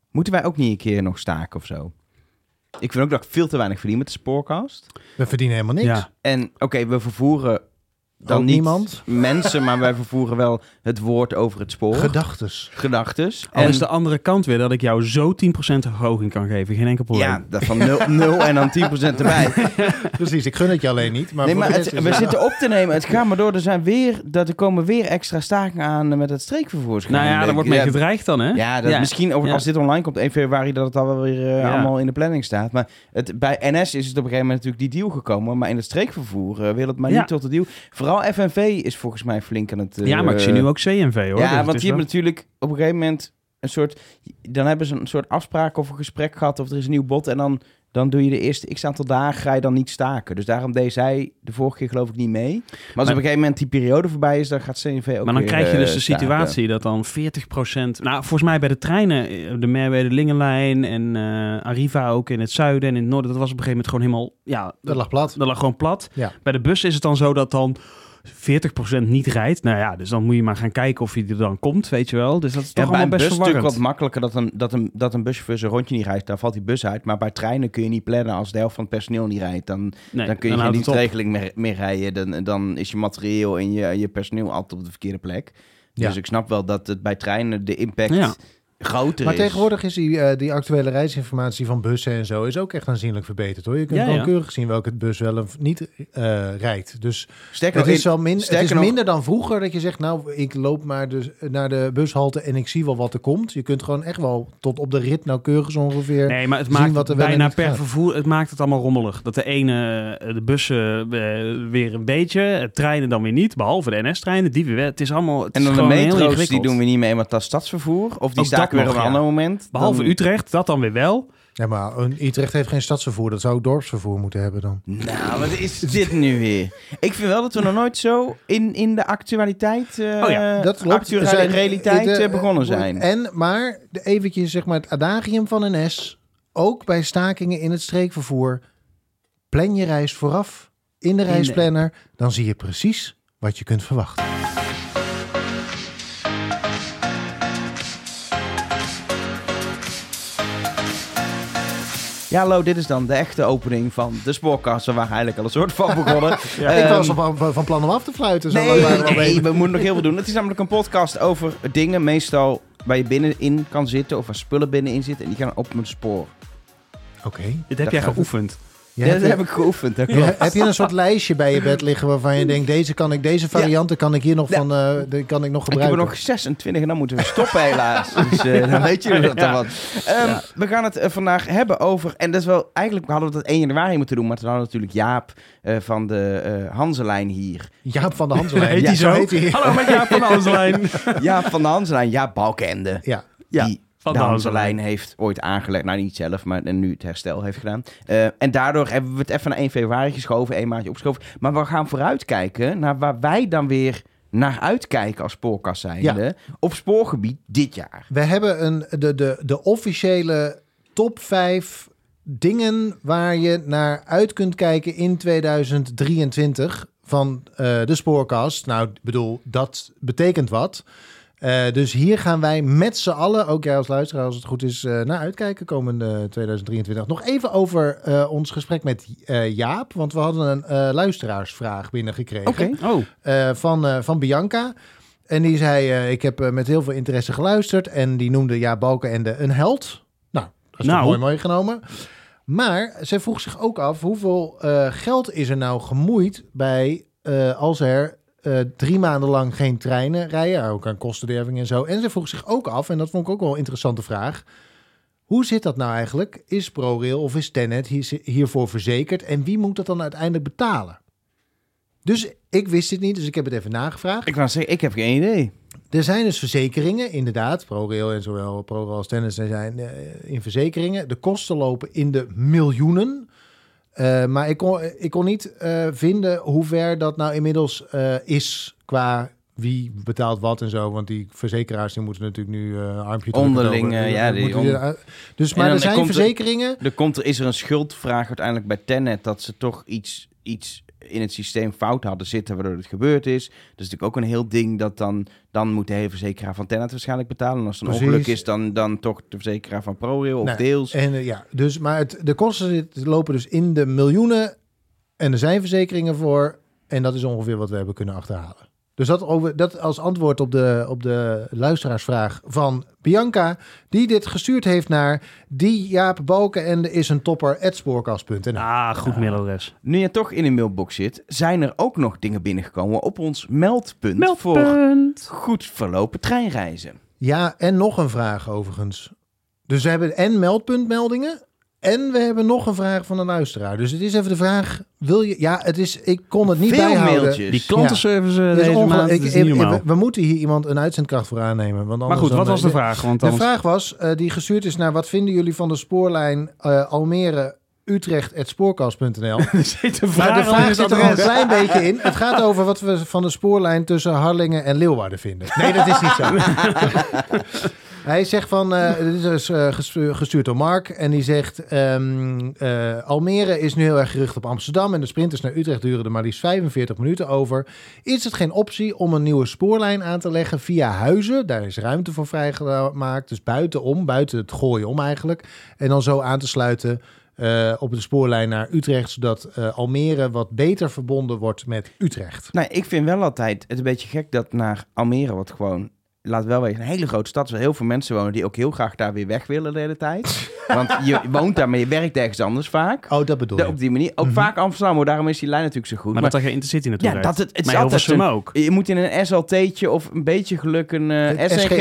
Moeten wij ook niet een keer nog staken of zo? Ik vind ook dat ik veel te weinig verdien met de spoorkast. We verdienen helemaal niks. Ja. En oké, we vervoeren dan Ook niet niemand. mensen, maar wij vervoeren wel het woord over het spoor. Gedachtes. Al is de andere kant weer dat ik jou zo 10% verhoging kan geven. Geen enkel probleem. Ja, dat van 0 en dan 10% erbij. Precies, ik gun het je alleen niet. Maar Nee, voor maar de rest is we het- zitten op te nemen. Het gaat maar door. Er komen weer extra stakingen aan met het streekvervoer. Nou ja, daar wordt mee gedreigd dan, hè? Ja, misschien als dit online komt, 1 februari, dat het al wel weer allemaal in de planning staat. Maar bij NS is het op een gegeven moment natuurlijk die deal gekomen. Maar in het streekvervoer wil het maar niet tot de deal. Vooral FNV is volgens mij flink aan het... ja, maar ik zie nu ook CNV, hoor. Ja, Dus want het is die hebben wel- natuurlijk op een gegeven moment een soort... Dan hebben ze een soort afspraak of een gesprek gehad of er is een nieuw bod. En dan doe je de eerste x-aantal dagen, ga je dan niet staken. Dus daarom deed zij de vorige keer geloof ik niet mee. Maar als op een gegeven moment die periode voorbij is, dan gaat CNV ook Maar dan weer, krijg je dus de staken. situatie dat dan 40%... Nou, volgens mij bij de treinen, de Merwede-Lingenlijn en Arriva ook in het zuiden en in het noorden, dat was op een gegeven moment gewoon helemaal... Ja, Dat lag plat. dat lag gewoon plat. Ja. Bij de bus is het dan zo dat dan 40% niet rijdt. Nou ja, dus dan moet je maar gaan kijken of hij er dan komt, weet je wel. Dus dat is toch bij allemaal een best bus is het natuurlijk verwarrend. wat makkelijker dat een buschauffeur zijn rondje niet rijdt. Dan valt die bus uit. Maar bij treinen kun je niet plannen als de helft van het personeel niet rijdt. Dan kun je dan geen houdt het op. dienstregeling meer rijden. Dan is je materieel en je personeel altijd op de verkeerde plek. Ja. Dus ik snap wel dat het bij treinen de impact Ja. groter Maar is. tegenwoordig is die actuele reisinformatie van bussen en zo is ook echt aanzienlijk verbeterd, hoor. Je kunt Ja, gewoon ja. keurig zien welke bus wel of niet rijdt. Dus Sterker het nog, is, wel het is nog- minder dan vroeger dat je zegt, nou, ik loop maar naar de bushalte en ik zie wel wat er komt. Je kunt gewoon echt wel tot op de rit nauwkeurig zo ongeveer Nee, maar het zien maakt wat er wel en bijna niet per gaat. vervoer, het maakt het allemaal rommelig. Dat de ene, de bussen weer een beetje, treinen dan weer niet, behalve de NS-treinen, die weer wel. Het is allemaal, het En is dan de gewoon heel metro's, die ingewikkeld. doen we niet mee, want dat is stadsvervoer. Of die Ook staken dat weer nog, op een ja. ander moment. Behalve Dan- Utrecht, dat dan weer wel. Ja, maar Utrecht heeft geen stadsvervoer. Dat zou ook dorpsvervoer moeten hebben dan. Nou, wat is dit nu weer? Ik vind wel dat we nog nooit zo in de actualiteit, Dat klopt. actualiteit begonnen zijn. Maar eventjes zeg maar het adagium van NS, ook bij stakingen in het streekvervoer, plan je reis vooraf in de reisplanner, dan zie je precies wat je kunt verwachten. Ja, hallo, dit is dan de echte opening van de Spoorkast. We waren eigenlijk al een soort van begonnen. Ik was van plan om af te fluiten. Zo lang waren we al bezig. we moeten nog heel veel doen. Het is namelijk een podcast over dingen meestal waar je binnenin kan zitten of waar spullen binnenin zitten. En die gaan op een spoor. Oké. Dit heb jij geoefend. Ja, Ja, dat heb ik geoefend. Dat klopt. Heb je een soort lijstje bij je bed liggen waarvan je denkt, deze varianten kan ik hier nog van, die kan ik nog Ik heb gebruiken? er nog 26 en dan moeten we stoppen helaas. Dus dan weet je dat er wat. We gaan het vandaag hebben over, en dat is wel, eigenlijk hadden we dat 1 januari moeten doen, maar toen hadden we natuurlijk Jaap van de Hanselijn hier. Jaap van de Hanselijn. Heet hij zo? heet hij. Hallo, met Jaap van de Hanselijn. Jaap van de Hanselijn, Jaap Balkenende. Ja. Ja, Die van de de Hanselijn heeft ooit aangelegd, nou niet zelf, maar nu het herstel heeft gedaan. En daardoor hebben we het even naar 1 februari geschoven, 1 maandje opgeschoven. Maar we gaan vooruitkijken naar waar wij dan weer naar uitkijken als spoorkast zijnde op spoorgebied dit jaar. We hebben de officiële top 5 dingen waar je naar uit kunt kijken in 2023 van de Spoorkast. Nou, ik bedoel, dat betekent wat. Dus hier gaan wij met z'n allen, ook jij als luisteraar als het goed is, naar uitkijken komende 2023. Nog even over ons gesprek met Jaap, want we hadden een luisteraarsvraag binnengekregen. Oh. Van Bianca. En die zei, ik heb met heel veel interesse geluisterd. En die noemde Jaap Balkenende een held. Nou, dat is toch mooi genomen. Maar zij vroeg zich ook af, hoeveel geld is er nou gemoeid bij als er 3 maanden lang geen treinen rijden, ook aan kostenderving en zo. En ze vroeg zich ook af, en dat vond ik ook wel een interessante vraag, hoe zit dat nou eigenlijk? Is ProRail of is TenNet hiervoor verzekerd? En wie moet dat dan uiteindelijk betalen? Dus ik wist dit niet, dus ik heb het even nagevraagd. Ik wou zeggen, ik heb geen idee. Er zijn dus verzekeringen, inderdaad. ProRail en zowel ProRail als TenNet zijn in verzekeringen. De kosten lopen in de miljoenen. Maar ik kon niet vinden hoe ver dat nou inmiddels is qua wie betaalt wat en zo. Want die verzekeraars die moeten natuurlijk nu armpje onderling. Dus maar er zijn verzekeringen. Is er een schuldvraag uiteindelijk bij TenNet dat ze toch iets in het systeem fout hadden zitten waardoor het gebeurd is. Dat is natuurlijk ook een heel ding dat dan moet de hele verzekeraar van Tennet waarschijnlijk betalen. En als er een ongeluk is, dan toch de verzekeraar van ProRail of deels. En dus, maar de kosten lopen dus in de miljoenen en er zijn verzekeringen voor. En dat is ongeveer wat we hebben kunnen achterhalen. Dus dat als antwoord op de luisteraarsvraag van Bianca, die dit gestuurd heeft naar die Jaap Balkenende is een topper @spoorkast.nl. Goed mailadres. Nu je toch in de mailbox zit, zijn er ook nog dingen binnengekomen op ons meldpunt. Voor goed verlopen treinreizen. Ja, en nog een vraag overigens. Dus we hebben en meldpuntmeldingen en we hebben nog een vraag van een luisteraar. Dus het is even de vraag, wil je... Ja, ik kon het niet Veel bijhouden. mailtjes. Die klantenservice deze maand is niet normaal. We moeten hier iemand een uitzendkracht voor aannemen. Want Maar goed, wat was de vraag? Want de vraag was, die gestuurd is naar wat vinden jullie van de spoorlijn Almere Utrecht@spoorkast.nl. Er zit een Maar de vraag in zit het er al een adres. klein beetje in. Het gaat over wat we van de spoorlijn tussen Harlingen en Leeuwarden vinden. Nee, dat is niet zo. Hij zegt van, dit is gestuurd door Mark. En die zegt, Almere is nu heel erg gericht op Amsterdam. En de sprinters naar Utrecht duren er maar liefst 45 minuten over. Is het geen optie om een nieuwe spoorlijn aan te leggen via Huizen? Daar is ruimte voor vrijgemaakt. Dus buiten het gooien om eigenlijk. En dan zo aan te sluiten op de spoorlijn naar Utrecht. Zodat Almere wat beter verbonden wordt met Utrecht. Nou, ik vind wel altijd het een beetje gek dat naar Almere wordt gewoon... Laat wel weten, een hele grote stad waar heel veel mensen wonen die ook heel graag daar weer weg willen de hele tijd. Want je woont daar, maar je werkt ergens anders vaak. Oh, dat bedoel je. Op die manier. Ook vaak Amsterdam, hoor. Daarom is die lijn natuurlijk zo goed. Maar dat er geen Intercity naartoe ja, rijdt. het is maar altijd Hilversum ook. Je moet in een SLT'tje of een beetje geluk een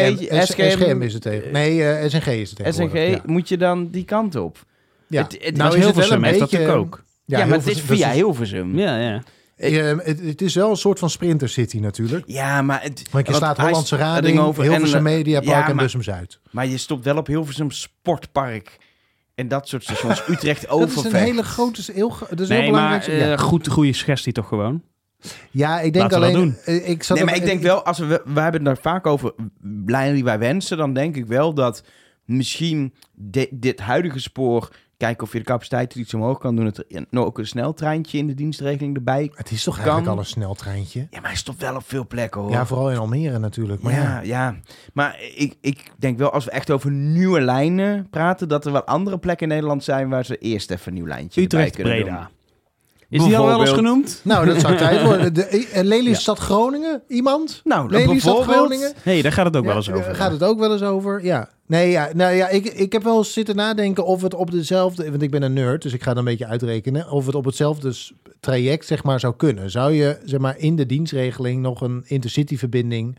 SGM is het tegen. Nee, SNG is het tegenwoordig. SNG, moet je dan die kant op. Ja. Het Nou, is is het wel Hilversum een heeft dat beetje... natuurlijk ook. maar het is via Hilversum. Ja. Het is wel een soort van sprintercity natuurlijk. Ja, maar... Want je slaat Hollandse Rading, Hilversum Mediapark en Bussum Zuid. Maar je stopt wel op Hilversum Sportpark. En dat soort stations. Utrecht Overvecht. Dat is een hele grote... dat is heel belangrijk. Maar goede suggestie toch gewoon? Ja, ik denk Laten we alleen... dat doen. Ik denk wel, als we hebben het daar vaak over lijnen die wij wensen, dan denk ik wel dat misschien dit huidige spoor... Kijken of je de capaciteit iets omhoog kan doen. Dat er ook een sneltreintje in de dienstregeling erbij Het is toch eigenlijk al een sneltreintje? Ja, maar hij stopt wel op veel plekken, hoor. Ja, vooral in Almere natuurlijk. Maar ja. Maar ik denk wel, als we echt over nieuwe lijnen praten... dat er wel andere plekken in Nederland zijn... waar ze eerst even een nieuw lijntje erbij kunnen doen. Utrecht-Breda. Is die al wel eens genoemd? Nou, dat zou tijd worden. Lelystad Groningen? Iemand? Nou, Lelystad Groningen? Nee, daar gaat het ook wel eens over. Gaat het ook wel eens over? Ja. Nee, ja. Nou ja, ik heb wel eens zitten nadenken of het op dezelfde... Want ik ben een nerd, dus ik ga dan een beetje uitrekenen. Of het op hetzelfde traject, zeg maar, zou kunnen. Zou je, zeg maar, in de dienstregeling nog een intercity-verbinding...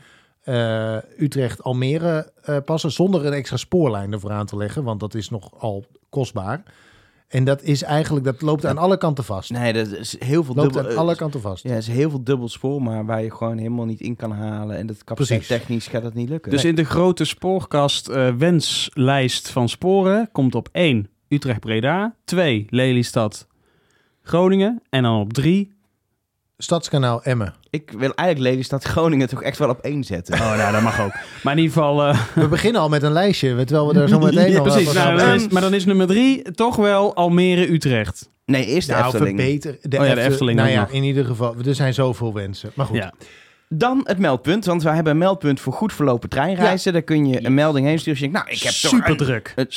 Utrecht-Almere passen... zonder een extra spoorlijn ervoor aan te leggen? Want dat is nogal kostbaar. En dat is eigenlijk, dat loopt aan alle kanten vast. Nee, dat is heel veel loopt aan alle kanten vast. Ja, het is heel veel dubbel spoor, maar waar je gewoon helemaal niet in kan halen. En dat capaciteit technisch gaat dat niet lukken. Dus in de grote spoorkast wenslijst van sporen komt op 1 Utrecht-Breda, 2 Lelystad Groningen en dan op 3 Stadskanaal Emmen. Ik wil eigenlijk Lelystad Groningen toch echt wel op 1 zetten. Oh, nou, dat mag ook. Maar in ieder geval... We beginnen al met een lijstje, terwijl we daar zo meteen nog... Precies, maar dan is nummer 3 toch wel Almere-Utrecht. Nee, eerst de Efteling. De Efteling. Nou ja, in ieder geval, er zijn zoveel wensen. Maar goed. Ja. Dan het meldpunt, want wij hebben een meldpunt voor goed verlopen treinreizen. Daar kun je een melding heen sturen. Ik heb super druk. Een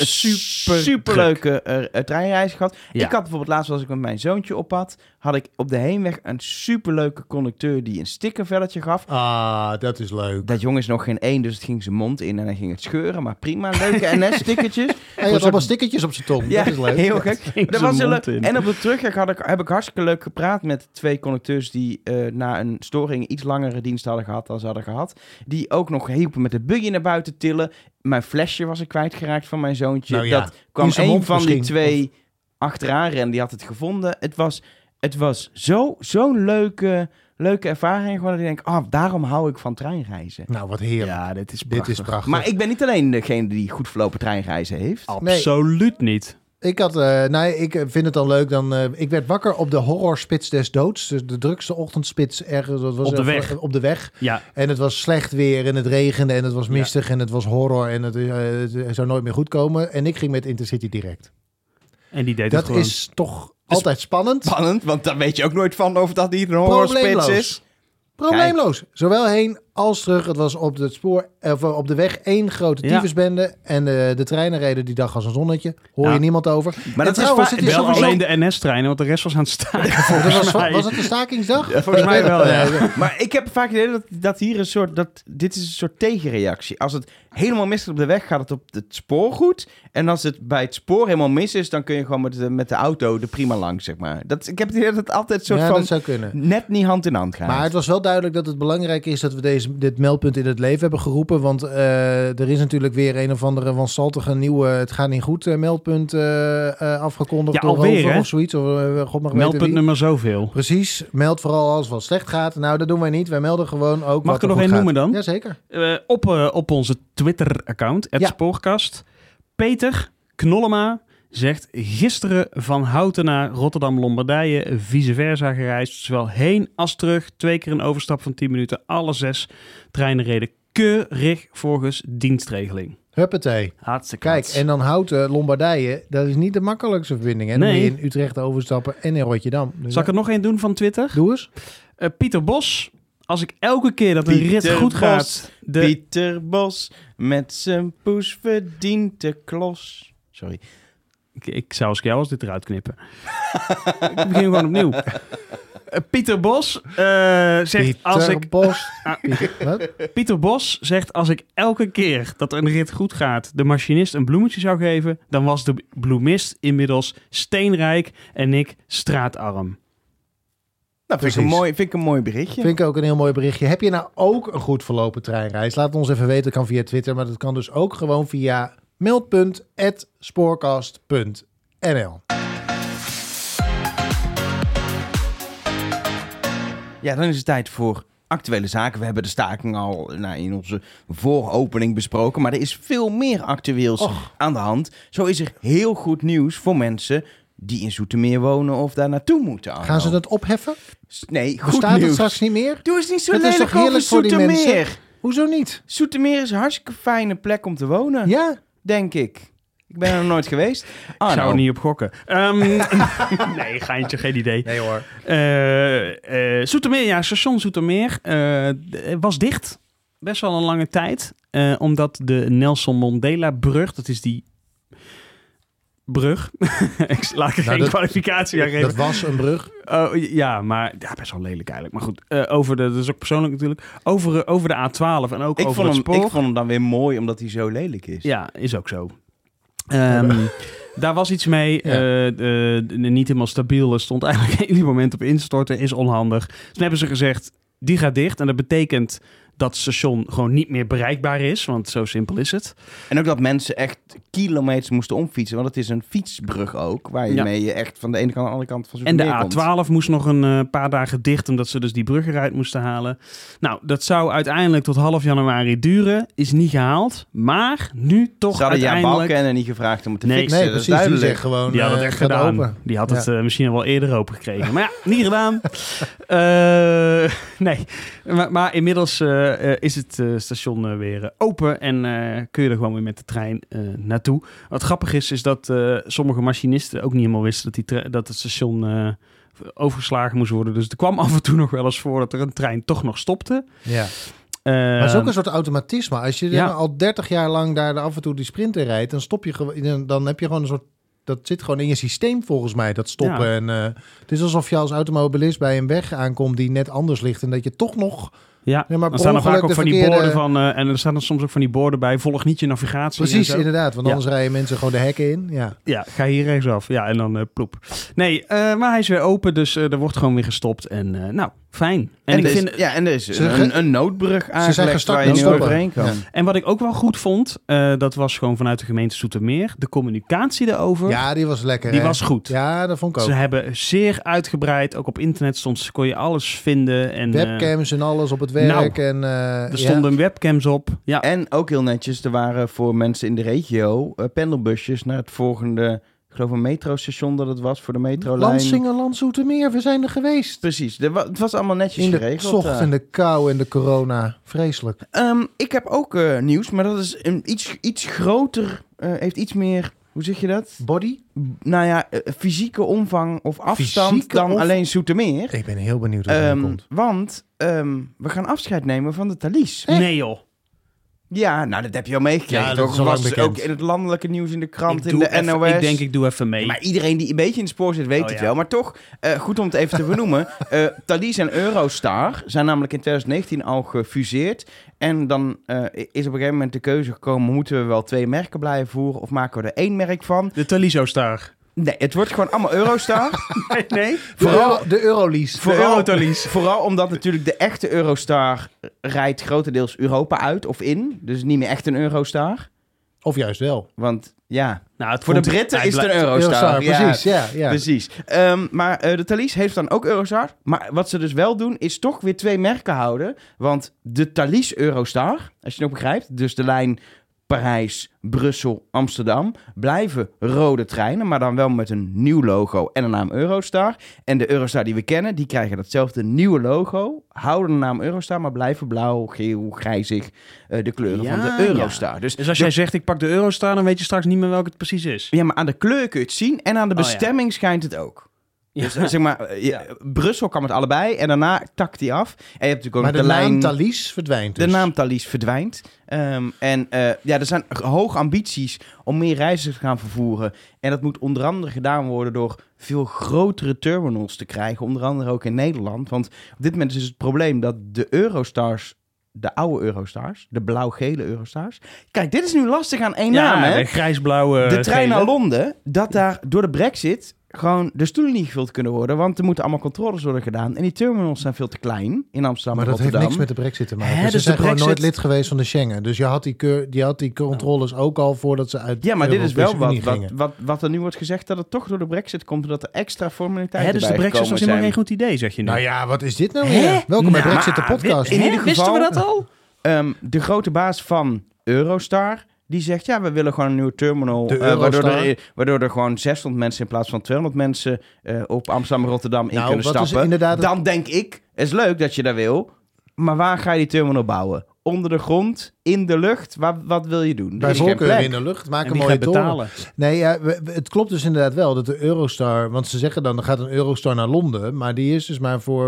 superleuke treinreis gehad. Ja. Ik had bijvoorbeeld laatst, als ik met mijn zoontje op had ik op de heenweg een superleuke conducteur die een stickervelletje gaf. Ah, dat is leuk. Dat jongen is nog geen 1, dus het ging zijn mond in en hij ging het scheuren. Maar prima, leuke NS-stickertjes. Hij had allemaal stickertjes op zijn tong. Ja, dat is leuk. Heel gek. Dat was leuk. En op de terugweg heb ik hartstikke leuk gepraat met 2 conducteurs die na een storing iets langere dienst hadden gehad dan ze hadden gehad. Die ook nog hielpen met de buggy naar buiten tillen. Mijn flesje was ik kwijtgeraakt van mijn zoontje. Nou ja, dat kwam een van die 2 achteraan rennen. Die had het gevonden. Het was zo'n leuke ervaring. Gewoon dat ik denk, daarom hou ik van treinreizen. Nou, wat heerlijk. Ja, dit is prachtig. Maar ik ben niet alleen degene die goed verlopen treinreizen heeft. Absoluut niet. Ik vind het dan leuk. Ik werd wakker op de horrorspits des doods. Dus de drukste ochtendspits ergens. Dat was op de weg. Ja. En het was slecht weer en het regende en het was mistig en het was horror. En het zou nooit meer goed komen. En ik ging met Intercity direct. En die deed dat het gewoon. is toch Altijd spannend. Spannend, want daar weet je ook nooit van of dat niet een horrorspits is. Probleemloos. Zowel heen als terug. Het was op het spoor, op de weg 1 grote tyfusbende. En de treinen reden die dag als een zonnetje. Hoor je niemand over. Maar dat trouwens, is het is wel sowieso... alleen de NS-treinen, want de rest was aan het staken. Was het een stakingsdag? Ja, volgens mij wel, ja. Maar ik heb vaak het idee dat hier een soort... dit is een soort tegenreactie. Als het helemaal mis is op de weg, gaat het op het spoor goed. En als het bij het spoor helemaal mis is, dan kun je gewoon met de auto er prima langs, zeg maar. Ik heb het idee dat het altijd een soort van... dat zou kunnen. Net niet hand in hand gaat. Maar het was wel duidelijk dat het belangrijk is dat we dit meldpunt in het leven hebben geroepen. Want er is natuurlijk weer een of andere wanstaltige nieuwe het gaat niet goed meldpunt afgekondigd. Ja, alweer, of zoiets. Of, God mag meldpunt nummer zoveel. Precies. Meld vooral als wat slecht gaat. Nou, dat doen wij niet. Wij melden gewoon ook Mag wat ik er nog één noemen dan? Jazeker. Op onze Twitter-account, @spoorkast. Peter Knollema zegt gisteren van Houten naar Rotterdam-Lombardije vice versa gereisd. Zowel heen als terug. 2 keer een overstap van 10 minuten. Alle 6 treinen reden keurig volgens dienstregeling. Huppatee. Hartstikke Kijk, hard. en dan Houten, Lombardije. Dat is niet de makkelijkste verbinding. Hè? Dan Nee. moet je in Utrecht overstappen en in Rotterdam. Dus Zal ik er nog één doen van Twitter? Doe eens. Pieter Bos. Als ik elke keer dat een rit goed gaat... Pieter Bos met zijn poes verdient de klos. Sorry. Ik zou als ik jou als dit eruit knippen. Ik begin gewoon opnieuw. Pieter Bos zegt... Pieter Bos zegt... Als ik elke keer dat een rit goed gaat... de machinist een bloemetje zou geven... dan was de bloemist inmiddels steenrijk... en ik straatarm. Nou, vind ik een mooi berichtje. Vind ik ook een heel mooi berichtje. Heb je nou ook een goed verlopen treinreis? Laat het ons even weten. Dat kan via Twitter, maar dat kan dus ook gewoon via meld.spoorkast.nl. Ja, dan is het tijd voor actuele zaken. We hebben de staking al in onze vooropening besproken. Maar er is veel meer actueels aan de hand. Zo is er heel goed nieuws voor mensen die in Zoetermeer wonen of daar naartoe moeten. Gaan ze dat opheffen? Nee, goed Bestaat nieuws. het straks niet meer? Doe eens niet zo Het is lelijk toch heerlijk over voor die mensen? Zoetermeer. Hoezo niet? Zoetermeer is een hartstikke fijne plek om te wonen. Ja. Denk ik. Ik ben er nog nooit geweest. Ik zou er niet op gokken. Nee, geintje, geen idee. Nee hoor. Zoetermeer, ja, station Zoetermeer was dicht. Best wel een lange tijd. Omdat de Nelson Mandela-brug, dat is die brug. Laat ik er geen kwalificatie aan geven. Dat was een brug. Ja, maar best wel lelijk eigenlijk. Maar goed, dat is ook persoonlijk natuurlijk. Over de A12 en ook over het spoor. Ik vond hem dan weer mooi, omdat hij zo lelijk is. Ja, is ook zo. Daar was iets mee. Ja. Niet helemaal stabiel. Er stond eigenlijk geen moment op instorten. Is onhandig. Dus toen hebben ze gezegd, die gaat dicht. En dat betekent dat het station gewoon niet meer bereikbaar is. Want zo simpel is het. En ook dat mensen echt kilometers moesten omfietsen. Want het is een fietsbrug ook. Waar je mee echt van de ene kant naar de andere kant van Zoetermeer komt. En de A12 moest nog een paar dagen dicht. Omdat ze dus die brug eruit moesten halen. Nou, dat zou uiteindelijk tot half januari duren. Is niet gehaald. Maar nu toch ze hadden uiteindelijk... Balkenende niet gevraagd om het te Nee, fixen. nee, dat is precies. Die duidelijk. zegt gewoon... Die had het echt gaat gedaan. Open. Die had het misschien al wel eerder open gekregen. Maar ja, niet gedaan. Nee. Maar inmiddels is het station weer open. En kun je er gewoon weer met de trein naartoe. Wat grappig is dat sommige machinisten ook niet helemaal wisten dat het station overgeslagen moest worden. Dus er kwam af en toe nog wel eens voor dat er een trein toch nog stopte. Ja. Maar het is ook een soort automatisme. Als je al 30 jaar lang daar af en toe die sprinter rijdt, dan stop je dan heb je gewoon een soort... Dat zit gewoon in je systeem volgens mij, dat stoppen. Ja. En het is alsof je als automobilist bij een weg aankomt die net anders ligt en dat je toch nog... Ja, maar dan staan er vaak ook van die verkeerde... borden van... en er staan er soms ook van die borden bij... volg niet je navigatie. Precies, en zo. inderdaad. Want anders rijden mensen gewoon de hekken in. Ja, ga hier rechtsaf. Ja, en dan ploep. Nee, maar hij is weer open, dus er wordt gewoon weer gestopt. En nou, fijn. En er is een noodbrug aangelegd waar je nu overheen kan. Ja. En wat ik ook wel goed vond... dat was gewoon vanuit de gemeente Zoetermeer... de communicatie daarover. Ja, die was lekker. Die was goed. Ja, dat vond ik ook. Ze hebben zeer uitgebreid... ook op internet kon je alles vinden. En, webcams en alles op het werk. En, er stonden webcams op. Ja. En ook heel netjes, er waren voor mensen in de regio... pendelbusjes naar het volgende... Ik geloof een metrostation dat het was voor de metrolijn. Lansingerland, Zoetermeer, we zijn er geweest. Precies, het was allemaal netjes geregeld. In de tocht en de kou en de corona. Vreselijk. Ik heb ook nieuws, maar dat is een iets groter... heeft iets meer Hoe zeg je dat? Body? Nou ja, fysieke omvang of afstand dan alleen Zoetermeer. Ik ben heel benieuwd hoe het komt. Want we gaan afscheid nemen van de Thalys. Nee joh. Ja, nou dat heb je al meegekregen. Ja, toch? dat was dus ook in het landelijke nieuws, in de krant, in de NOS. Ik denk, ik doe even mee. Maar iedereen die een beetje in het spoor zit, weet het wel. Maar toch, goed om het even te benoemen. Thalys en Eurostar zijn namelijk in 2019 al gefuseerd. En dan is op een gegeven moment de keuze gekomen... moeten we wel 2 merken blijven voeren of maken we er 1 merk van? De Thaliso-star. Nee, het wordt gewoon allemaal Eurostar. Nee. Vooral de Eurolies. Vooral omdat natuurlijk de echte Eurostar rijdt grotendeels Europa uit of in. Dus niet meer echt een Eurostar. Of juist wel. Want ja, Nou, voor de Britten is het een Eurostar. Precies, ja. Precies. Maar de Thalys heeft dan ook Eurostar. Maar wat ze dus wel doen, is toch weer 2 merken houden. Want de Thalys Eurostar, als je het nog begrijpt, dus de lijn Parijs, Brussel, Amsterdam, blijven rode treinen, maar dan wel met een nieuw logo en een naam Eurostar. En de Eurostar die we kennen, die krijgen datzelfde nieuwe logo, houden de naam Eurostar, maar blijven blauw, geel, grijzig, de kleuren van de Eurostar. Ja. Dus als jij zegt, ik pak de Eurostar, dan weet je straks niet meer welke het precies is. Ja, maar aan de kleur kun je het zien en aan de bestemming schijnt het ook. Ja. Dus zeg maar, Brussel kan het allebei en daarna takt hij af. En je hebt natuurlijk ook maar de lijn... naam Thalys verdwijnt dus. De naam Thalys verdwijnt. Er zijn hoge ambities om meer reizigers te gaan vervoeren. En dat moet onder andere gedaan worden door veel grotere terminals te krijgen. Onder andere ook in Nederland. Want op dit moment is het probleem dat de Eurostars... De oude Eurostars, de blauw-gele Eurostars. Kijk, dit is nu lastig aan één naam, hè? De grijs-blauwe De trein gele. naar Londen, dat daar door de Brexit gewoon de stoelen niet gevuld kunnen worden. Want er moeten allemaal controles worden gedaan. En die terminals zijn veel te klein in Amsterdam maar en dat heeft Rotterdam. niks met de Brexit te maken. Hè, Ze dus zijn de gewoon Brexit... nooit lid geweest van de Schengen. Dus je had die controles ook al voordat ze uit Ja, maar dit is wel Europese wat er nu wordt gezegd, dat het toch door de Brexit komt, dat er extra formaliteiten Dus de Brexit was helemaal geen goed idee, zeg je nu. Nou ja, wat is dit nou weer? Welkom bij Brexit, de podcast. In ieder geval, wisten we dat al? De grote baas van Eurostar, die zegt, ja, we willen gewoon een nieuwe terminal. Waardoor er gewoon 600 mensen in plaats van 200 mensen op Amsterdam en Rotterdam in kunnen stappen. Dan denk ik, het is leuk dat je daar wil, maar waar ga je die terminal bouwen? Onder de grond, in de lucht? Wat wil je doen? Bij voorkeur in de lucht. Maak een mooie toren. Nee, ja, het klopt dus inderdaad wel dat de Eurostar... Want ze zeggen dan, er gaat een Eurostar naar Londen. Maar die is dus maar voor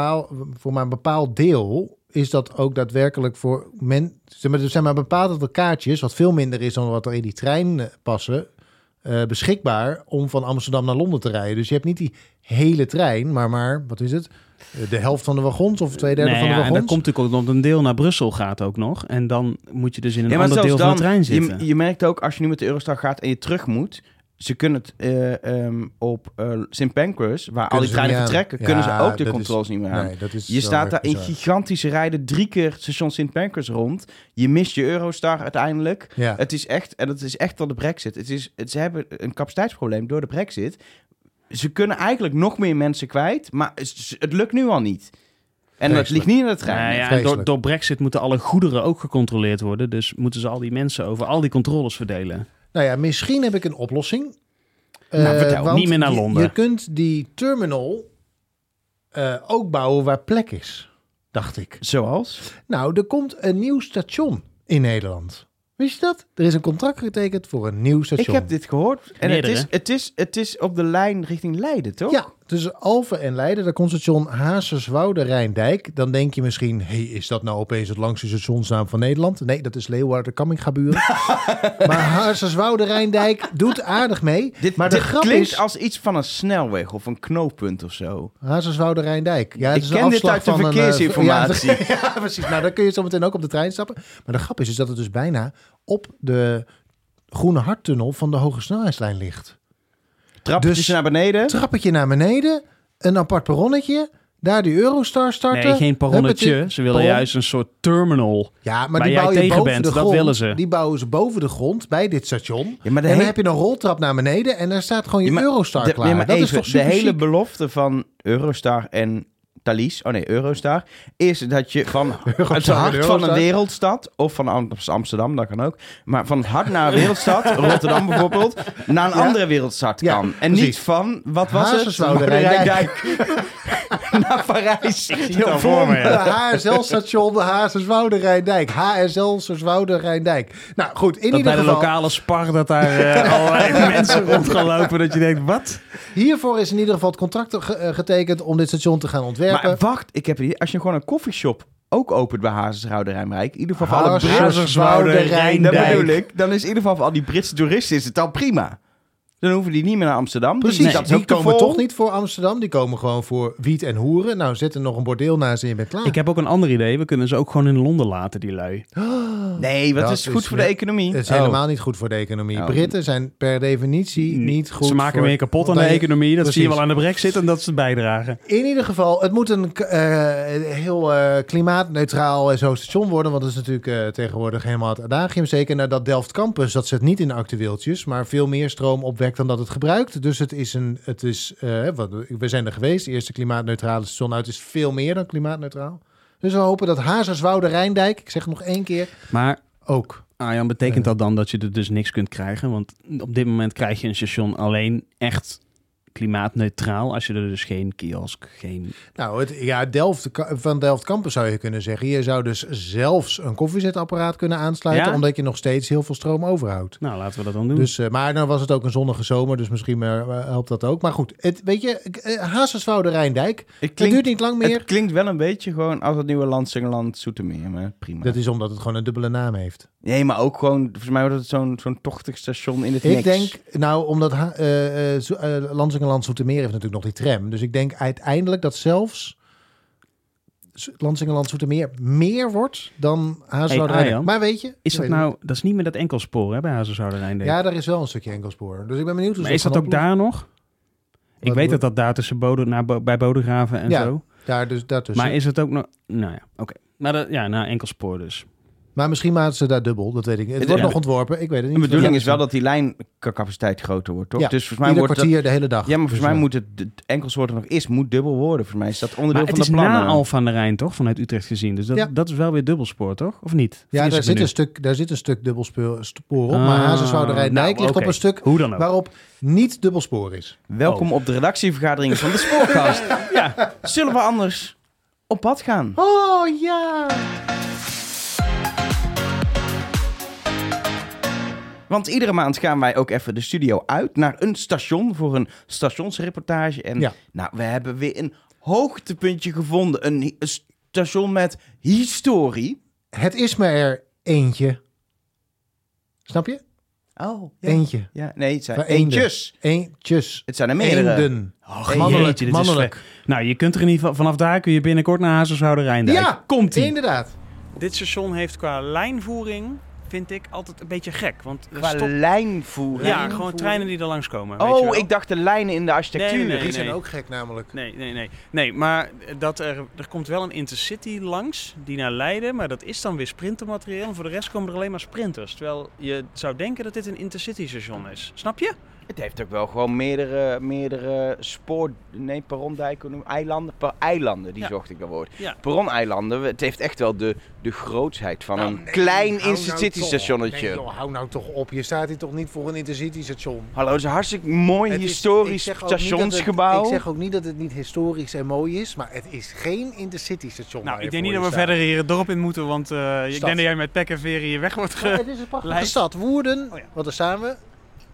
een bepaald deel... is dat ook daadwerkelijk voor er zijn maar bepaald aantal kaartjes... wat veel minder is dan wat er in die trein passen... beschikbaar om van Amsterdam naar Londen te rijden. Dus je hebt niet die hele trein, maar wat is het? De helft van de wagons of 2/3 van de wagons. En dan komt natuurlijk ook nog een deel naar Brussel gaat ook nog. En dan moet je dus in een ander deel van de trein zitten. Je merkt ook, als je nu met de Eurostar gaat en je terug moet... Ze kunnen het op St. Pancras, waar al die treinen vertrekken... kunnen ze ook de controles niet meer aan. Nee, je staat daar in gigantische rijden 3 keer station St. Pancras rond. Je mist je Eurostar uiteindelijk. Ja. Het is echt wel de Brexit. Ze hebben een capaciteitsprobleem door de Brexit. Ze kunnen eigenlijk nog meer mensen kwijt, maar het lukt nu al niet. En het ligt niet in de trein. Door Brexit moeten alle goederen ook gecontroleerd worden. Dus moeten ze al die mensen over al die controles verdelen. Nou ja, misschien heb ik een oplossing. Vertel, niet meer naar Londen. Je kunt die terminal ook bouwen waar plek is, dacht ik. Zoals? Nou, er komt een nieuw station in Nederland. Wist je dat? Er is een contract getekend voor een nieuw station. Ik heb dit gehoord. En het is op de lijn richting Leiden, toch? Ja, tussen Alphen en Leiden. Daar komt station Hazerswoude-Rijndijk. Dan denk je misschien, is dat nou opeens het langste stationsnaam van Nederland? Nee, dat is Leeuwarden-Kammingaburen. Maar Hazerswoude-Rijndijk doet aardig mee. Dit klinkt als iets van een snelweg of een knooppunt of zo. Hazerswoude-Rijndijk. Ja, ik ken dit uit de verkeersinformatie. Ja, precies. Nou, dan kun je zo meteen ook op de trein stappen. Maar de grap is dat het dus bijna op de Groene Harttunnel van de hoge snelheidslijn ligt. Trappetje naar beneden. Trappetje naar beneden. Een apart perronnetje. Daar die Eurostar starten. Nee, geen perronnetje. Ze willen juist een soort terminal. Ja, maar die bouw je boven de grond. Dat willen ze. Die bouwen ze boven de grond bij dit station. Ja, en dan heb je een roltrap naar beneden en daar staat gewoon je Eurostar klaar. Maar dat is toch super de hele belofte van Eurostar en Eurostar, is dat je van het hart van een wereldstad, of van Amsterdam, dat kan ook, maar van het hart naar een wereldstad, Rotterdam bijvoorbeeld, naar een andere wereldstad kan. En niet van, wat was het? Rijndijk. Naar Parijs. Ik zie het al voor me. HSL-station Hazerswoude-Rijndijk. HSL-Rijndijk. Nou goed, in ieder geval... bij de lokale Spar dat daar allerlei mensen rondgelopen, dat je denkt, wat? Hiervoor is in ieder geval het contract getekend om dit station te gaan ontwerpen. Maar wacht, als je gewoon een koffieshop ook opent bij Hazerswoude-Rijndijk, in ieder geval voor alle Hazerswoude-Rijndijk. dat bedoel ik, dan is in ieder geval voor al die Britse toeristen is het al prima. Dan hoeven die niet meer naar Amsterdam. Precies, die komen toch niet voor Amsterdam. Die komen gewoon voor wiet en hoeren. Nou, zet er nog een bordeel naast en je bent klaar. Ik heb ook een ander idee. We kunnen ze ook gewoon in Londen laten, die lui. Nee, dat is goed voor de economie. Het is helemaal niet goed voor de economie. Britten zijn per definitie niet goed. Ze maken meer kapot aan de economie. Dat zie je wel aan de Brexit en dat ze het bijdragen. In ieder geval, het moet een heel klimaatneutraal en zo station worden. Want dat is natuurlijk tegenwoordig helemaal het adagium. Zeker nadat Delft Campus, dat zit niet in de actueeltjes, maar veel meer stroom opwekt dan dat het gebruikt. Dus we zijn er geweest. Het eerste klimaatneutrale station. Nou, het is veel meer dan klimaatneutraal. Dus we hopen dat Hazerswoude-Rijndijk, ik zeg het nog 1 keer, maar ook. Arjan, betekent dat dan dat je er dus niks kunt krijgen? Want op dit moment krijg je een station alleen echt klimaatneutraal, als je er dus geen kiosk, geen... Nou, van Delft Campus zou je kunnen zeggen. Je zou dus zelfs een koffiezetapparaat kunnen aansluiten, omdat je nog steeds heel veel stroom overhoudt. Nou, laten we dat dan doen. Dus, maar nou was het ook een zonnige zomer, dus misschien helpt dat ook. Maar goed, weet je, Hazerswoude-Rijndijk, het duurt niet lang meer. Het klinkt wel een beetje gewoon als het nieuwe Lansingerland Zoetermeer, maar prima. Dat is omdat het gewoon een dubbele naam heeft. Nee, maar ook gewoon, volgens mij wordt het zo'n tochtig station in het niks. Ik denk, nou, omdat Lansingerland Zoetermeer heeft natuurlijk nog die tram. Dus ik denk uiteindelijk dat zelfs Lansingerland Zoetermeer meer wordt dan Hazerswoude-Rijndijk. Maar weet je... Is dat nou... Dat is niet meer dat enkelspoor, hè, bij Hazerswoude-Rijndijk? Ja, daar is wel een stukje enkelspoor. Dus ik ben benieuwd... Maar is dat ook daar nog? Ik weet dat daar tussen bij Bodegraven en zo. Ja, dus daartussen. Maar is het ook nog... Nou ja, oké. Maar enkelspoor dus. Maar misschien maken ze daar dubbel, dat weet ik niet. Het wordt nog ontworpen, ik weet het niet. De bedoeling is wel dat die lijncapaciteit groter wordt, toch? Ja, dus volgens mij wordt kwartier de hele dag. Ja, maar volgens mij moet het enkelswoord er nog is, moet dubbel worden. Voor mij is dat onderdeel van de plannen. Het is na Alphen aan de Rijn, toch? Vanuit Utrecht gezien. Dus dat is wel weer dubbelspoor, toch? Of niet? Ja, daar zit een stuk dubbelspoor op. Maar Hazerswoude-Rijndijk ligt op een stuk waarop niet dubbelspoor is. Welkom op de redactievergadering van de Spoorkast. Ja, zullen we anders op pad gaan? Oh, ja! Want iedere maand gaan wij ook even de studio uit naar een station voor een stationsreportage. En nou, we hebben weer een hoogtepuntje gevonden. Een station met historie. Het is maar er eentje. Snap je? Oh, ja. Eentje. Ja, nee, het zijn eentjes. Eentjes. Het zijn er meerdere. Eenden. Mannelijk. Nou, je kunt er in ieder geval, vanaf daar kun je binnenkort naar Hazerswoude-Rijndijk. Ja, komt-ie. Inderdaad. Dit station heeft qua lijnvoering, vind ik, altijd een beetje gek. Want lijnvoering? Ja, gewoon treinen die er langskomen. Oh, weet je wel? Ik dacht de lijnen in de architectuur. Nee, die zijn ook gek namelijk. Nee, maar er komt wel een Intercity langs die naar Leiden. Maar dat is dan weer sprintermateriaal. En voor de rest komen er alleen maar sprinters. Terwijl je zou denken dat dit een Intercity station is. Snap je? Het heeft ook wel gewoon meerdere perrondijken, eilanden, die zocht ik dat woord. Ja. Perroneilanden, het heeft echt wel de grootsheid van een klein Intercity-stationnetje. Nee joh, hou nou toch op, je staat hier toch niet voor een Intercity-station? Hallo, het is een hartstikke mooi historisch stationsgebouw. Ik zeg ook niet dat het niet historisch en mooi is, maar het is geen Intercity-station. Nou, ik denk niet dat we verder hier het dorp in moeten, want ik denk dat jij met pek en veren hier weg wordt Het is een prachtige stad, Woerden, want daar staan we.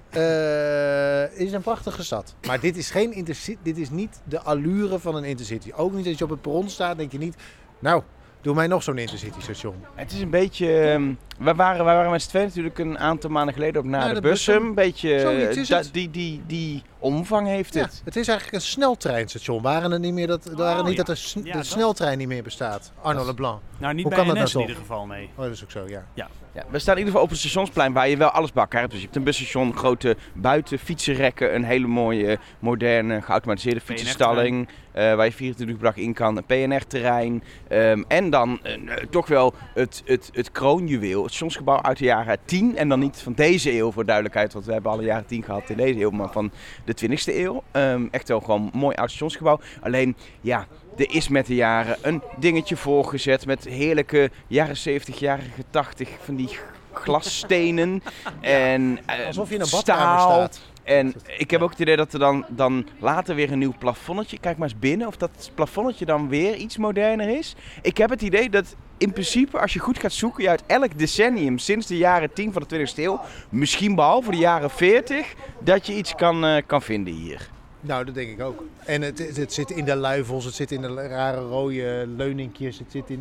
Is een prachtige stad. Maar dit is geen Intercity. Dit is niet de allure van een Intercity. Ook niet als je op het perron staat, denk je niet... Nou, doe mij nog zo'n Intercity station. Het is een beetje... We waren met z'n tweeën natuurlijk een aantal maanden geleden op naar de Bussum. Een beetje die omvang heeft het. Ja, het is eigenlijk een sneltreinstation. Waren er niet meer dat de sneltrein niet meer bestaat? Arno Leblanc. Nou, niet bij NS in ieder geval, nee. Oh, dat is ook zo, ja. We staan in ieder geval op een stationsplein waar je wel alles bak hebt. Dus je hebt een busstation, grote buiten, fietsenrekken, een hele mooie, moderne, geautomatiseerde fietsenstalling. Waar je 24 uur per dag in kan, een PNR-terrein. En dan toch wel het kroonjuweel, stationsgebouw uit de jaren 10. En dan niet van deze eeuw, voor duidelijkheid. Want we hebben alle jaren 10 gehad in deze eeuw. Maar van de 20e eeuw. Echt wel gewoon een mooi oud stationsgebouw. Alleen, ja, er is met de jaren een dingetje voorgezet. Met heerlijke jaren 70, jaren 80 van die glasstenen. En alsof je in een staal. badkamer staat. En ik heb ook het idee dat er dan later weer een nieuw plafonnetje... Kijk maar eens binnen of dat plafonnetje dan weer iets moderner is. Ik heb het idee dat in principe, als je goed gaat zoeken... je uit elk decennium sinds de jaren 10 van de 20e eeuw... misschien behalve de jaren 40... dat je iets kan vinden hier. Nou, dat denk ik ook. En het zit in de luifels, het zit in de rare rode leuningjes.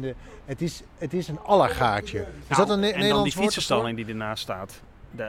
Het is een allergaatje. Is dat een en dan die fietsenstalling die ernaast staat.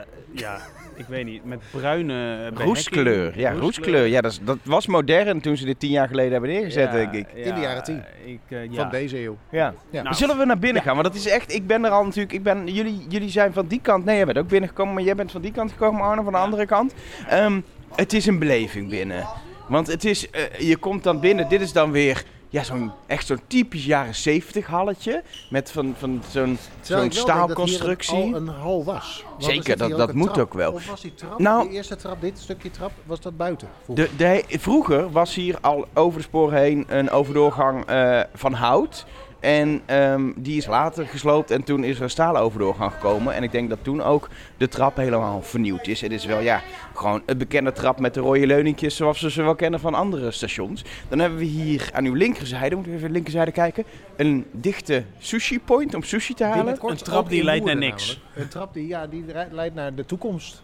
Ik weet niet, met bruine roestkleur. Ja, roestkleur. Ja, dat was modern toen ze dit 10 jaar geleden hebben neergezet, denk ik. In de jaren 10. Van deze eeuw. Ja. Nou, zullen we naar binnen gaan? Want dat is echt, ik ben er al natuurlijk, jullie zijn van die kant. Nee, jij bent ook binnengekomen, maar jij bent van die kant gekomen, Arno, van de andere kant. Het is een beleving binnen. Want het is, je komt dan binnen, dit is dan weer... Ja, zo'n typisch jaren 70 halletje. Met zo'n staalconstructie. Dat hier al een hal was. Want zeker, dat moet ook wel. Of was die trap, nou, die eerste trap, dit stukje trap, was dat buiten? Vroeger was hier al over de spoor heen een overdoorgang van hout. En die is later gesloopt en toen is er een stalen overdoorgang gekomen. En ik denk dat toen ook de trap helemaal vernieuwd is. Het is wel gewoon een bekende trap met de rode leuningjes zoals we ze wel kennen van andere stations. Dan hebben we hier aan uw linkerzijde, moeten we even de linkerzijde kijken, een dichte sushi point om sushi te halen. Een trap die leidt naar niks. Een trap die leidt naar de toekomst.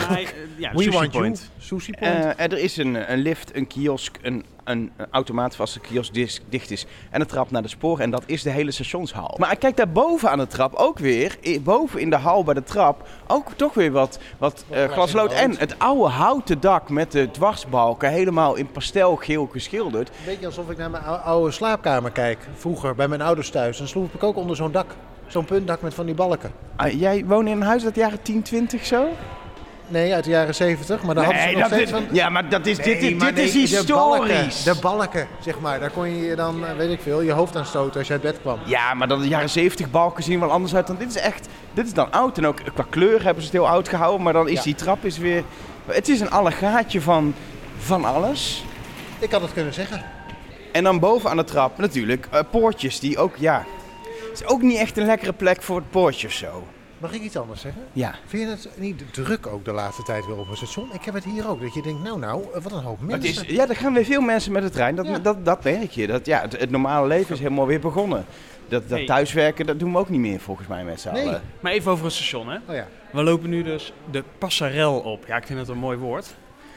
We want you. Sushi point. Er is een lift, een kiosk, een automaat als de kiosk dicht is en een trap naar de sporen. En dat is de hele stationshal. Maar kijk daar boven aan de trap ook weer, boven in de hal bij de trap, ook toch weer wat glaslood. En het oude houten dak met de dwarsbalken helemaal in pastelgeel geschilderd. Een beetje alsof ik naar mijn oude slaapkamer kijk. Vroeger bij mijn ouders thuis. Dan sloep ik ook onder zo'n dak. Zo'n puntdak met van die balken. Jij woont in een huis uit de jaren 10, 20 zo? Nee, uit de jaren 70, maar daar hadden ze nog steeds van... Ja, maar dit is historisch. De balken, zeg maar. Daar kon je dan, weet ik veel, je hoofd aan stoten als je uit bed kwam. Ja, maar dan de jaren 70 balken zien wel anders uit dan dit is dan oud. En ook qua kleur hebben ze het heel oud gehouden, maar dan is die trap weer... Het is een allegaatje van alles. Ik had het kunnen zeggen. En dan boven aan de trap natuurlijk poortjes die ook, het is ook niet echt een lekkere plek voor het poortje of zo. Mag ik iets anders zeggen? Ja. Vind je het niet druk ook de laatste tijd weer op een station? Ik heb het hier ook. Dat je denkt, nou, wat een hoop mensen. Er gaan weer veel mensen met de trein. Dat merk je. Het normale leven is helemaal weer begonnen. Dat thuiswerken, dat doen we ook niet meer volgens mij met z'n allen. Maar even over het station, hè? Oh ja. We lopen nu dus de passerel op. Ja, ik vind het een mooi woord.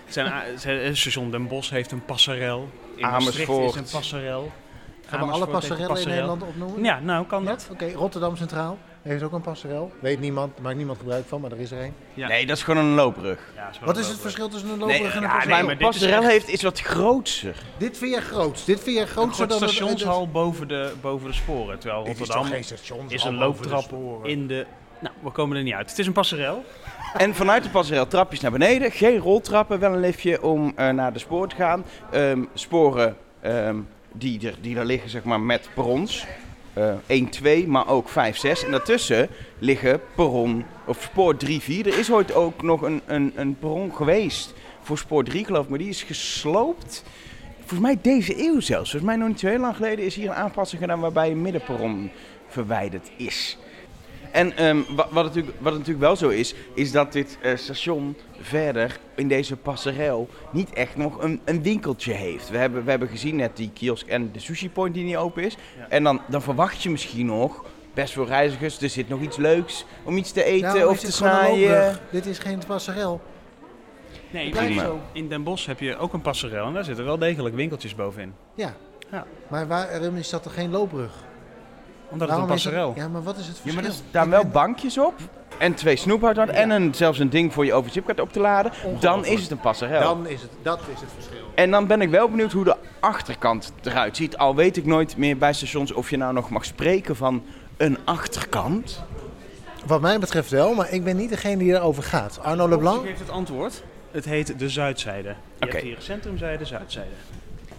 Station Den Bosch heeft een passerel. In Maastricht is een passerel. Gaan we alle passerellen in Nederland opnoemen? Ja, nou kan dat. Oké, Rotterdam Centraal heeft ook een passerel. Weet niemand, maakt niemand gebruik van, maar er is er een. Ja. Nee, dat is gewoon een loopbrug. Ja, wat is het verschil tussen een loopbrug en een passerel? Nee, maar een passerel is wat grootser. Dit vind je groot. Dit vind je grootser dan een stationshal boven de sporen. Terwijl Rotterdam is een looptrap in de... Nou, we komen er niet uit. Het is een passerel. En vanuit de passerel trapjes naar beneden. Geen roltrappen, wel een liftje om naar de spoor te gaan. Sporen die er liggen, zeg maar, met perrons. 1, 2, maar ook 5, 6. En daartussen liggen spoor 3, 4. Er is ooit ook nog een perron geweest voor spoor 3, geloof ik. Maar die is gesloopt. Volgens mij deze eeuw zelfs. Volgens mij nog niet zo heel lang geleden is hier een aanpassing gedaan waarbij een middenperron verwijderd is. En wat natuurlijk wel zo is dat dit station verder in deze passerel niet echt nog een winkeltje heeft. We hebben gezien net die kiosk en de sushi point die niet open is. Ja. En dan verwacht je misschien nog, best veel reizigers, er zit nog iets leuks om iets te eten of te snijden. Dit is geen passerel. Nee, in Den Bosch heb je ook een passerel en daar zitten wel degelijk winkeltjes bovenin. Ja. Maar waarom is dat er geen loopbrug? Omdat het een passerel. Ja, maar wat is het verschil? Ja, maar er staan wel bankjes op. En 2 snoephouders en zelfs een ding voor je overchipkaart op te laden. Dan is het een passerel. Dat is het verschil. En dan ben ik wel benieuwd hoe de achterkant eruit ziet. Al weet ik nooit meer bij stations of je nou nog mag spreken van een achterkant. Wat mij betreft wel, maar ik ben niet degene die erover gaat. Arno Leblanc geeft het antwoord. Het heet de Zuidzijde. Je hebt hier centrumzijde, Zuidzijde.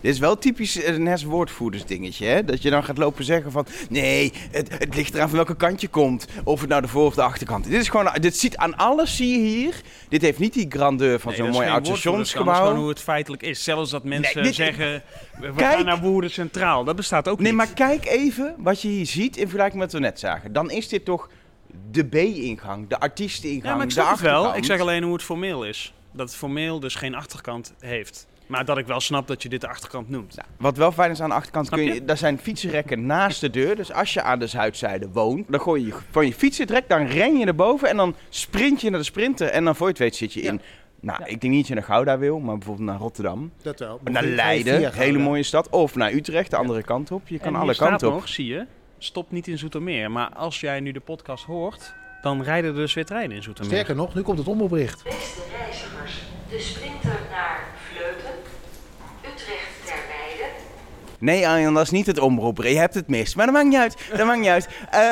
Dit is wel typisch NES woordvoerders dingetje, hè? Dat je dan gaat lopen zeggen van... Nee, het ligt eraan van welke kant je komt. Of het nou de voor- of de achterkant. Dit ziet aan alles, zie je hier. Dit heeft niet die grandeur van zo'n mooi oud stationsgebouw. Dat is gewoon hoe het feitelijk is. Zelfs dat mensen zeggen... We gaan naar Woerden Centraal. Dat bestaat ook niet. Nee, maar kijk even wat je hier ziet in vergelijking met wat we net zagen. Dan is dit toch de B-ingang, de artiesteningang, ja, maar ik de snap het achterkant. wel. Ik zeg alleen hoe het formeel is. Dat het formeel dus geen achterkant heeft. Maar dat ik wel snap dat je dit de achterkant noemt. Nou, wat wel fijn is aan de achterkant, daar zijn fietsenrekken naast de deur. Dus als je aan de zuidzijde woont, dan gooi je van je fiets het rek, dan ren je naar boven en dan sprint je naar de sprinter. En dan voor je het weet zit je in. Nou, ik denk niet dat je naar Gouda wil, maar bijvoorbeeld naar Rotterdam. Dat wel. Naar Leiden, hele mooie stad. Of naar Utrecht, de andere kant op. Je kan alle kanten op. Nog, zie je, stop niet in Zoetermeer. Maar als jij nu de podcast hoort, dan rijden er dus weer treinen in Zoetermeer. Sterker nog, nu komt het ombericht. Beste reizigers, de sprinter naar Vleuten, Utrecht ter Weide. Nee, Arjan, dat is niet het omroepen. Je hebt het mis. Maar dat maakt niet uit.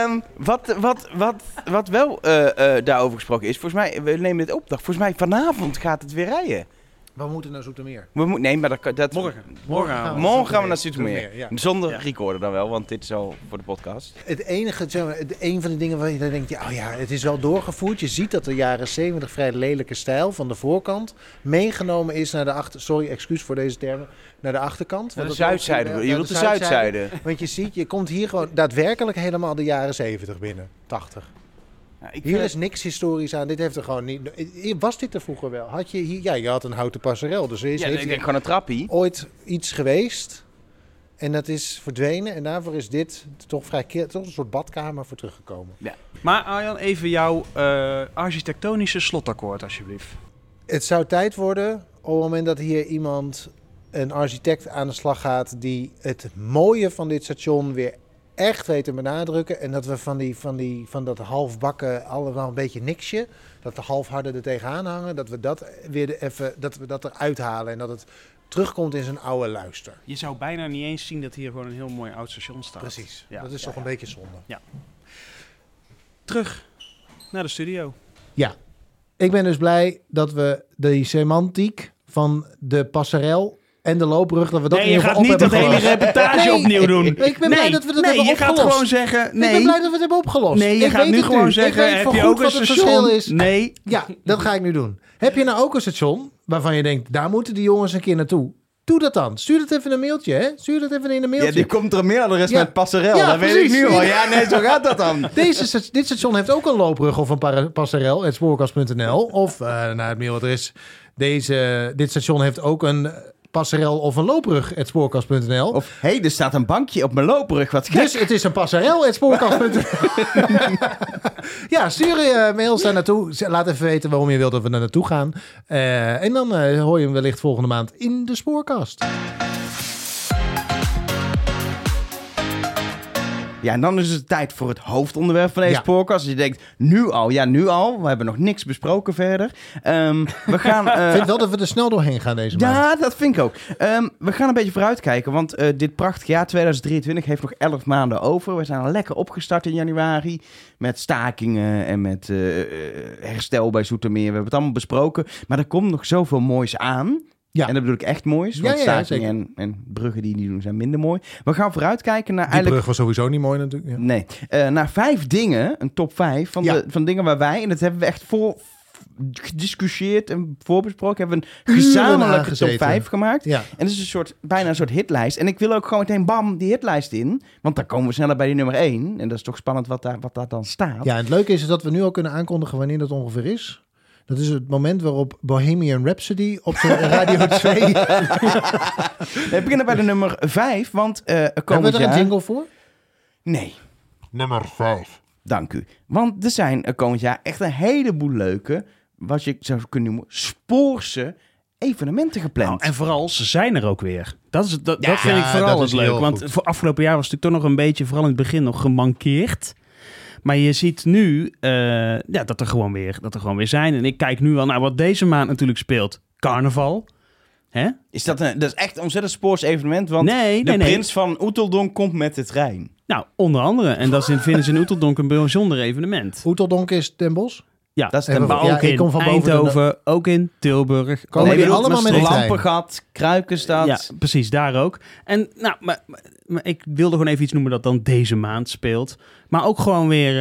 Wat wel daarover gesproken is, volgens mij, we nemen dit op. Volgens mij vanavond gaat het weer rijden. We moeten naar Zoetermeer. Nee, maar dat Morgen gaan we naar Zoetermeer. Ja. Zonder recorder dan wel, want dit is al voor de podcast. Het enige, een van de dingen waar je dan denkt, het is wel doorgevoerd. Je ziet dat de jaren 70 vrij lelijke stijl van de voorkant meegenomen is naar de excuus voor deze termen, naar de achterkant. Naar de zuidzijde. Je wilt de zuidzijde. Want je ziet, je komt hier gewoon daadwerkelijk helemaal de jaren 70 binnen. 80. Hier is niks historisch aan. Dit heeft er gewoon niet... Was dit er vroeger wel? Had je hier... Ja, je had een houten passerel. Dus ik denk gewoon een trappie. Ooit iets geweest. En dat is verdwenen. En daarvoor is dit toch toch een soort badkamer voor teruggekomen. Ja. Maar Arjan, even jouw architectonische slotakkoord alsjeblieft. Het zou tijd worden op het moment dat hier een architect aan de slag gaat die het mooie van dit station weer echt weet te benadrukken. En dat we van dat halfbakken allemaal een beetje niksje, dat de halfharde er tegenaan hangen, dat we dat weer eruit halen en dat het terugkomt in zijn oude luister. Je zou bijna niet eens zien dat hier gewoon een heel mooi oud station staat. Precies, dat is toch een beetje zonde. Ja. Terug naar de studio. Ja, ik ben dus blij dat we de semantiek van de passerel en de loopbrug, dat we dat je gaat niet de hele reportage opnieuw doen. Ik ben blij dat we dat hebben opgelost. Je gaat gewoon zeggen... Ik ben blij dat we het hebben opgelost. Nee, je gaat nu gewoon zeggen... Heb je ook een station? Is. Nee. Ja, dat ga ik nu doen. Heb je nou ook een station waarvan je denkt, daar moeten die jongens een keer naartoe? Doe dat dan. Stuur dat even in een mailtje, hè? Stuur dat even in een mailtje. Ja, die komt er een mailadres met passerel. Dat weet ik nu al. Ja, nee, zo gaat dat dan. Dit station heeft ook een loopbrug of een passerel, spoorkast.nl. Of naar het mailadres. Dit station heeft ook een passerel of een loopbrug, spoorkast.nl. Of, er staat een bankje op mijn loopbrug, wat gek. Dus het is een passerel, spoorkast.nl. Ja, stuur je mails daar naartoe. Laat even weten waarom je wilt dat we daar naartoe gaan. En dan hoor je hem wellicht volgende maand in de spoorkast. Ja, en dan is het tijd voor het hoofdonderwerp van deze podcast. Als je denkt, nu al. We hebben nog niks besproken verder. We gaan... Ik vind wel dat we er snel doorheen gaan deze maand. Ja, dat vind ik ook. We gaan een beetje vooruitkijken, want dit prachtige jaar 2023 heeft nog 11 maanden over. We zijn al lekker opgestart in januari met stakingen en met herstel bij Zoetermeer. We hebben het allemaal besproken, maar er komt nog zoveel moois aan. Ja. En dat bedoel ik echt moois. Want stakingen en bruggen die doen zijn minder mooi. We gaan vooruitkijken naar Die brug was sowieso niet mooi natuurlijk. Ja. Nee. Naar 5 dingen, een top 5 van dingen waar wij, en dat hebben we echt gediscussieerd en voorbesproken, hebben we een gezamenlijke top 5 gemaakt. Ja. En dat is bijna een soort hitlijst. En ik wil ook gewoon meteen bam die hitlijst in. Want dan komen we sneller bij die nummer 1. En dat is toch spannend wat daar dan staat. Ja, en het leuke is dat we nu al kunnen aankondigen wanneer dat ongeveer is. Dat is het moment waarop Bohemian Rhapsody op de Radio 2... We beginnen bij de nummer 5, want hebben we er een jingle voor? Nee. Nummer 5. Dank u. Want er zijn komend jaar echt een heleboel leuke, wat je zou kunnen noemen, spoorse evenementen gepland. Nou, en vooral, ze zijn er ook weer. Dat vind ik vooral het leuk. Want voor afgelopen jaar was het natuurlijk toch nog een beetje, vooral in het begin, nog gemankeerd. Maar je ziet nu dat er gewoon weer zijn. En ik kijk nu wel naar wat deze maand natuurlijk speelt. Carnaval. Hè? Dat is echt een ontzettend spoors evenement. Want de prins van Oeteldonk komt met de trein. Nou, onder andere. En dat vinden ze in Oeteldonk een bijzonder evenement. Oeteldonk is Den Bosch? Ja, dat is maar ook in Eindhoven, ook in Tilburg. Komen die allemaal met de trein? Lampengat, Kruikenstad. Ja, precies, daar ook. En nou, maar ik wilde gewoon even iets noemen dat dan deze maand speelt. Maar ook gewoon weer,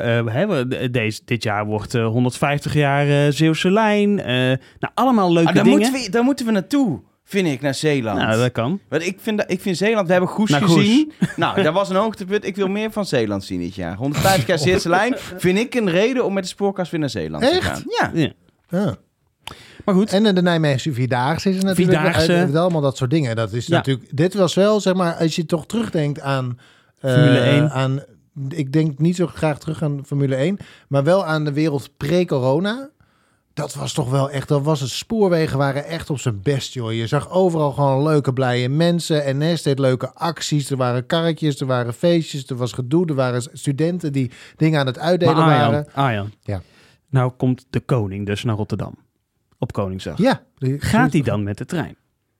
dit jaar wordt 150 jaar Zeeuwse Lijn. Nou, allemaal leuke dingen. Daar moeten we naartoe, vind ik, naar Zeeland. Nou, dat kan. Want ik vind Zeeland, we hebben Goes gezien. Nou, dat was een hoogtepunt. Ik wil meer van Zeeland zien dit jaar. 150 jaar Zeeuwse Lijn vind ik een reden om met de spoorkast weer naar Zeeland te gaan. Ja. Maar goed. En de Nijmeegse Vierdaagse is er natuurlijk. Vierdaagse. Allemaal dat soort dingen. Dat is natuurlijk. Dit was wel, zeg maar, als je toch terugdenkt aan Formule 1. Ik denk niet zo graag terug aan Formule 1, maar wel aan de wereld pre-corona. Dat was toch wel echt, dat was het. Spoorwegen waren echt op zijn best, joh. Je zag overal gewoon leuke, blije mensen. NS deed leuke acties. Er waren karretjes, er waren feestjes, er was gedoe. Er waren studenten die dingen aan het uitdelen waren. Arjan. Ja. Nou komt de koning dus naar Rotterdam. Op Koningsdag. Ja. Gaat hij dan met de trein?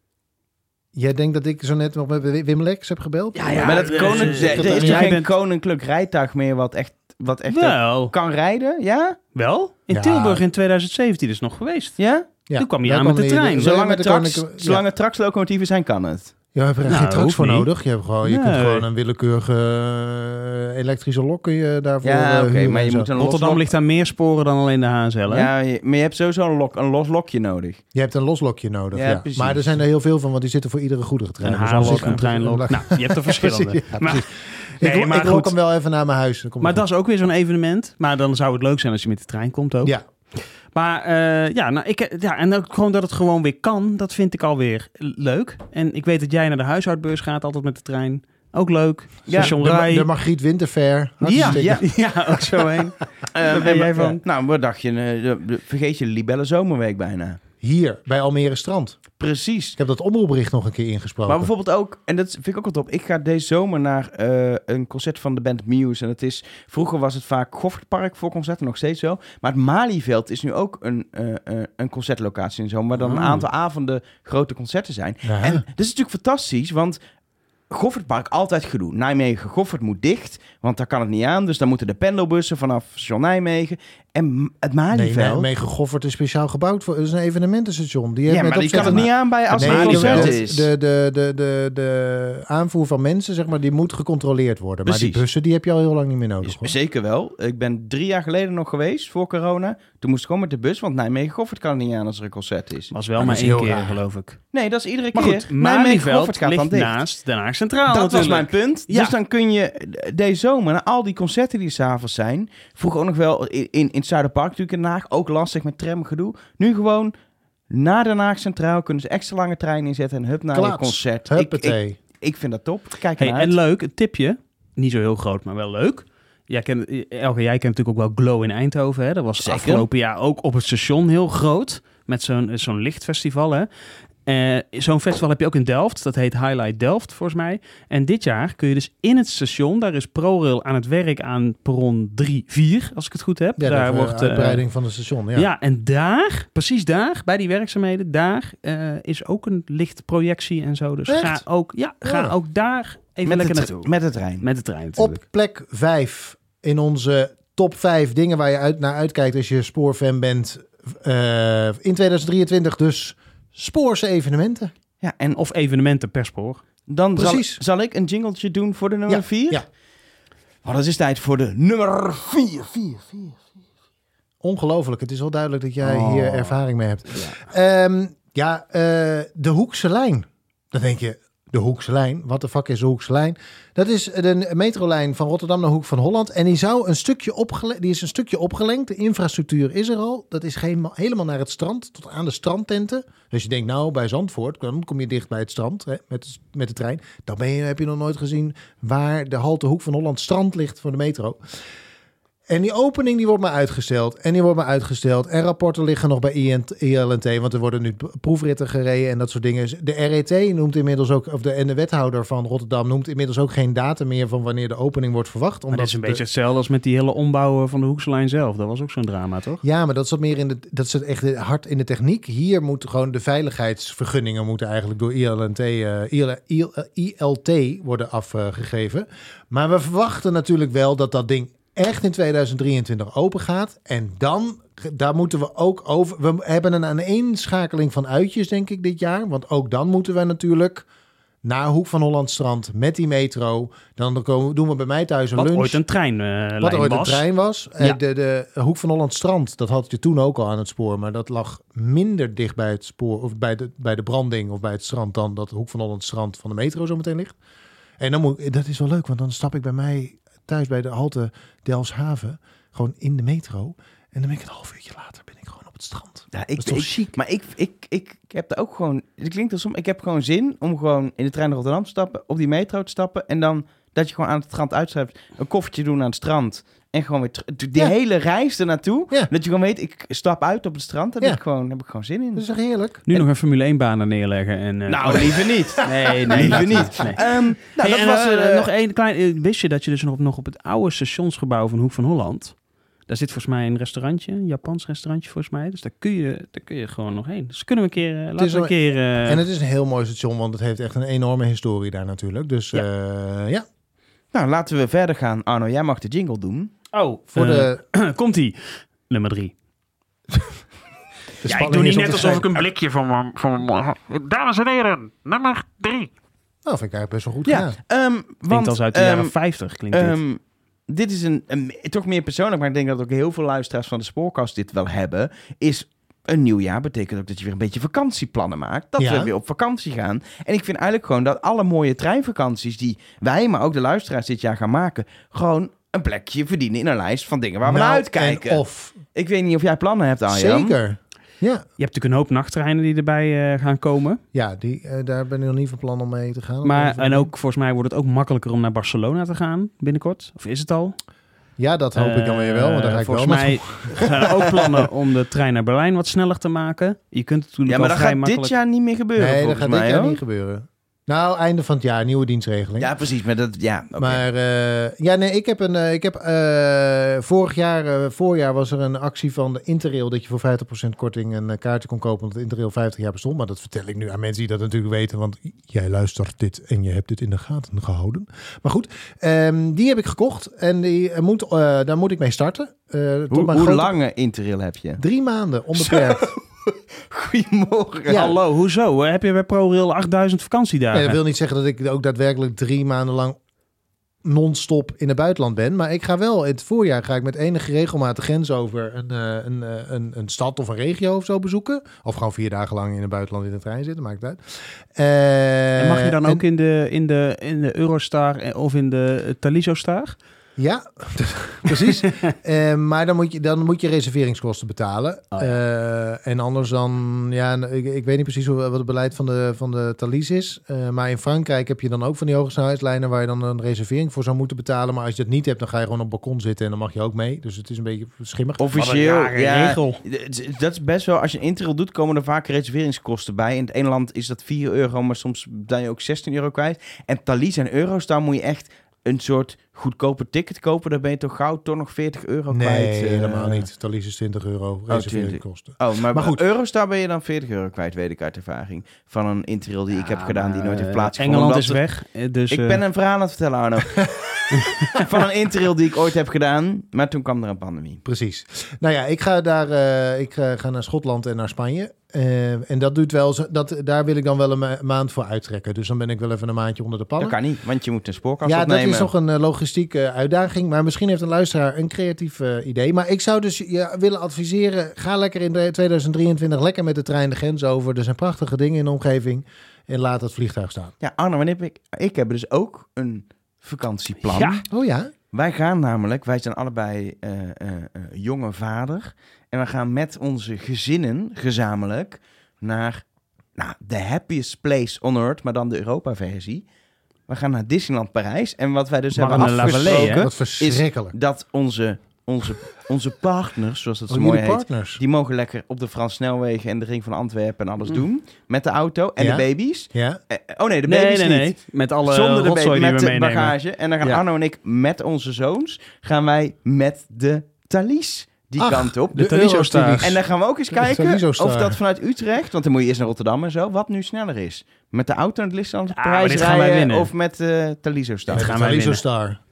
Jij denkt dat ik zo net nog met Wim Lex heb gebeld? Ja, maar er is toch geen koninklijk rijtuig meer wat echt kan rijden? Ja? Wel? In Tilburg in 2017 is nog geweest. Ja? Toen kwam je aan met de trein. Zolang er trakslocomotieven zijn, kan het. Je hebt er geen traks voor nodig. Je kunt gewoon een willekeurige elektrische lok daarvoor maar je moet Rotterdam ligt aan meer sporen dan alleen de HSL, hè? Ja, maar je hebt sowieso een los lokje nodig. Je hebt een los lokje nodig, ja. Maar er zijn er heel veel van, want die zitten voor iedere goederentrein. Een haarlok, een treinlok. Nou, je hebt er verschillende. Ik lok hem wel even naar mijn huis. Maar dat is ook weer zo'n evenement. Maar dan zou het leuk zijn als je met de trein komt ook. Ja. Maar en ook gewoon dat het gewoon weer kan, dat vind ik alweer leuk. En ik weet dat jij naar de huishoudbeurs gaat, altijd met de trein. Ook leuk. De Margriet Winterfair. Ja, ook zo heen. Daar ben jij van. Nou, wat dacht je? Vergeet je de Libelle Zomerweek bijna. Hier, bij Almere Strand. Precies. Ik heb dat omroepbericht nog een keer ingesproken. Maar bijvoorbeeld ook, en dat vind ik ook wel top, ik ga deze zomer naar een concert van de band Muse. En het is, vroeger was het vaak Goffertpark voor concerten, nog steeds zo. Maar het Malieveld is nu ook een concertlocatie en zo, waar dan een aantal avonden grote concerten zijn. Ja. En dat is natuurlijk fantastisch, want Goffertpark, altijd gedoe. Nijmegen-Goffert moet dicht, want daar kan het niet aan. Dus dan moeten de pendelbussen vanaf station Nijmegen. En het Malieveld... Nee, Nijmegen-Goffert is speciaal gebouwd voor. Het is een evenementenstation. Maar die kan het niet aan bij als het een concert is. De aanvoer van mensen, zeg maar, die moet gecontroleerd worden. Precies. Maar die bussen, die heb je al heel lang niet meer nodig. Hoor. Zeker wel. Ik ben 3 jaar geleden nog geweest, voor corona. Toen moest ik gewoon met de bus, want Nijmegen-Goffert kan het niet aan als er een concert is. Was wel maar 1 keer, geloof ik. Nee, dat is iedere keer. Maar goed, Malieveld ligt naast Den Haag Centraal. Dat was mijn punt. Ja. Dus dan kun je deze zomer, na al die concerten die 's avonds zijn, vroeger ook nog wel in het Zuiderpark natuurlijk in Den Haag, ook lastig met tramgedoe. Nu gewoon naar Den Haag Centraal kunnen ze extra lange trein inzetten en hup naar je concert. Ik vind dat top. Kijk en leuk, een tipje, niet zo heel groot, maar wel leuk. Jij kent natuurlijk ook wel Glow in Eindhoven. Hè? Dat was afgelopen jaar ook op het station heel groot. Met zo'n lichtfestival. Hè? Zo'n festival heb je ook in Delft. Dat heet Highlight Delft, volgens mij. En dit jaar kun je dus in het station... Daar is ProRail aan het werk aan perron 3-4, als ik het goed heb. Ja, daar wordt de uitbreiding van het station. Ja, en precies daar, bij die werkzaamheden... daar is ook een lichtprojectie en zo. Dus ga ook daar even lekker naartoe. Met de trein. Met de trein, natuurlijk. Op plek 5 in onze top 5 dingen waar je naar uitkijkt... als je spoorfan bent in 2023 dus... Spoorse evenementen. Ja, of evenementen per spoor. Dan zal ik een jingletje doen voor de nummer 4. Ja. Oh, dat is tijd voor de nummer 4. Ongelooflijk. Het is wel duidelijk dat jij hier ervaring mee hebt. Ja, de Hoekse Lijn. Dan denk je, de Hoekse Lijn. Wat de fuck is de Hoekse Lijn? Dat is de metrolijn van Rotterdam naar Hoek van Holland. En die is een stukje opgelengd. De infrastructuur is er al. Dat is helemaal naar het strand, tot aan de strandtenten. Dus je denkt, nou, bij Zandvoort, dan kom je dicht bij het strand met de trein. Dan heb je nog nooit gezien waar de halte Hoek van Holland strand ligt voor de metro. En die opening die wordt maar uitgesteld. En rapporten liggen nog bij ILNT, want er worden nu proefritten gereden en dat soort dingen. De RET noemt inmiddels ook, en de wethouder van Rotterdam noemt inmiddels ook geen datum meer van wanneer de opening wordt verwacht. Maar dat is een beetje hetzelfde als met die hele ombouwen van de Hoekse Lijn zelf. Dat was ook zo'n drama, toch? Ja, maar dat zat meer dat zit echt hard in de techniek. Hier moeten gewoon de veiligheidsvergunningen moeten eigenlijk door ILT worden afgegeven. Maar we verwachten natuurlijk wel dat ding echt in 2023 open gaat. En dan, daar moeten we ook over... We hebben een aaneenschakeling van uitjes, denk ik, dit jaar. Want ook dan moeten we natuurlijk naar Hoek van Holland Strand met die metro. Dan doen we bij mij thuis een lunch. Wat ooit een trein was. Ja. De Hoek van Holland Strand, dat had je toen ook al aan het spoor. Maar dat lag minder dicht bij het spoor of bij de branding of bij het strand dan dat de Hoek van Holland Strand van de metro zo meteen ligt. En dan dat is wel leuk, want dan stap ik bij mij thuis bij de halte Delfshaven gewoon in de metro. En dan ben ik een half uurtje later ben ik gewoon op het strand. Ja, dat is toch chic? Maar ik heb er ook gewoon... Het klinkt alsof ik heb gewoon zin om gewoon in de trein naar Rotterdam te stappen, op die metro te stappen en dan dat je gewoon aan het strand uitschrijft, een koffertje doen aan het strand en gewoon weer die hele reis ernaartoe. Ja. Dat je gewoon weet, ik stap uit op het strand, daar heb ik gewoon zin in. Dat is toch heerlijk? Nu nog een Formule 1 baan neerleggen. En, nou, liever niet. Nee, liever niet. Nee. Dat was nog één klein... Wist je dat je dus nog op het oude stationsgebouw van Hoek van Holland... Daar zit volgens mij een restaurantje, een Japans restaurantje volgens mij. Dus daar kun je gewoon nog heen. Dus kunnen we een keer... En het is een heel mooi station, want het heeft echt een enorme historie daar natuurlijk. Dus ja. Nou, laten we verder gaan. Arno, jij mag de jingle doen. Oh, komt-ie. Nummer 3. Ik doe niet net alsof ik een blikje van... Dames en heren, nummer 3. Nou, vind ik eigenlijk best wel goed gedaan. Klinkt als uit de jaren 50, klinkt dit. Dit is een toch meer persoonlijk, maar ik denk dat ook heel veel luisteraars van de Spoorkast dit wel hebben, is een nieuw jaar betekent ook dat je weer een beetje vakantieplannen maakt. Dat we weer op vakantie gaan. En ik vind eigenlijk gewoon dat alle mooie treinvakanties die wij, maar ook de luisteraars dit jaar gaan maken, gewoon een plekje verdienen in een lijst van dingen waar we naar uitkijken. Ik weet niet of jij plannen hebt, Arjan. Zeker. Ja. Je hebt natuurlijk een hoop nachttreinen die erbij gaan komen. Ja, daar ben ik nog niet van plan om mee te gaan. Maar en ook volgens mij wordt het ook makkelijker om naar Barcelona te gaan binnenkort. Of is het al? Ja, dat hoop ik dan weer wel. Want daar ga ik volgens mij gaan er ook plannen om de trein naar Berlijn wat sneller te maken. Je kunt het natuurlijk maar dat gaat dit jaar niet meer gebeuren. Nee, dat gaat dit jaar niet gebeuren. Nou, einde van het jaar, nieuwe dienstregeling. Ja, precies. Maar okay. Maar ik heb voorjaar was er een actie van de Interrail dat je voor 50% korting een kaartje kon kopen omdat Interrail 50 jaar bestond. Maar dat vertel ik nu aan mensen die dat natuurlijk weten, want jij luistert dit en je hebt dit in de gaten gehouden. Maar goed, die heb ik gekocht en daar moet ik mee starten. Hoe lange Interrail heb je? 3 maanden, onbeperkt. Goedemorgen. Ja. Hallo, hoezo? Heb je bij ProRail 8000 vakantiedagen? Nee, dat wil niet zeggen dat ik ook daadwerkelijk 3 maanden lang non-stop in het buitenland ben. Maar ik ga wel, in het voorjaar ga ik met enige regelmaat de grens over een stad of een regio of zo bezoeken. Of gewoon 4 dagen lang in het buitenland in de trein zitten, maakt het uit. En mag je dan ook in de Eurostar of in de Thalys-Star? Ja, precies. Maar dan moet je reserveringskosten betalen. En anders dan... Ja, ik weet niet precies wat het beleid van de Thalys is. Maar in Frankrijk heb je dan ook van die hoge snelheidslijnen waar je dan een reservering voor zou moeten betalen. Maar als je dat niet hebt, dan ga je gewoon op het balkon zitten en dan mag je ook mee. Dus het is een beetje schimmig. Officieel, regel. Dat is best wel... Als je een Interrail doet, komen er vaak reserveringskosten bij. In het ene land is dat €4, maar soms ben je ook €16 kwijt. En Thalys en Eurostar moet je echt een soort goedkope ticket kopen, dan ben je toch gauw toch nog €40 kwijt. Nee, helemaal niet. Thalys is €20 reserveringskosten. Maar goed, Eurostar ben je dan €40 kwijt, weet ik uit ervaring. Van een Interrail die ik heb gedaan, die nooit heeft plaatsgevonden. Engeland is weg. Dus, ik ben een verhaal aan het vertellen, Arno. Van een Interrail die ik ooit heb gedaan, maar toen kwam er een pandemie. Precies. Nou ja, ik ga naar Schotland en naar Spanje. En dat doet wel, daar wil ik dan wel een maand voor uittrekken. Dus dan ben ik wel even een maandje onder de pannen. Dat kan niet, want je moet een spoorkast opnemen. Ja, dat is nog een logistieke uitdaging. Maar misschien heeft een luisteraar een creatief idee. Maar ik zou dus willen adviseren, ga lekker in 2023 lekker met de trein de grens over. Er zijn prachtige dingen in de omgeving. En laat het vliegtuig staan. Ja, Arno en ik hebben dus ook een vakantieplan. Ja. Oh ja? Wij zijn allebei jonge vader. En we gaan met onze gezinnen gezamenlijk naar the happiest place on earth, maar dan de Europa-versie. We gaan naar Disneyland Parijs. En wat wij dus hebben afgesproken is dat onze partners, zoals dat zo mooi heet, die mogen lekker op de Frans snelwegen en de ring van Antwerpen en alles doen. Met de auto en de baby's. Ja. De baby's niet. Met alle zonder de baby, met de meenemen. bagage. En dan gaan Arno en ik met onze zoons, gaan wij met de Thalys die kant op. De Thalys-Star. En dan gaan we ook eens kijken of dat vanuit Utrecht, want dan moet je eerst naar Rotterdam en zo, wat nu sneller is. Met de auto naar het Disneyland Parijs rijden of met de Thalys-Star. Met de Thalys-Star.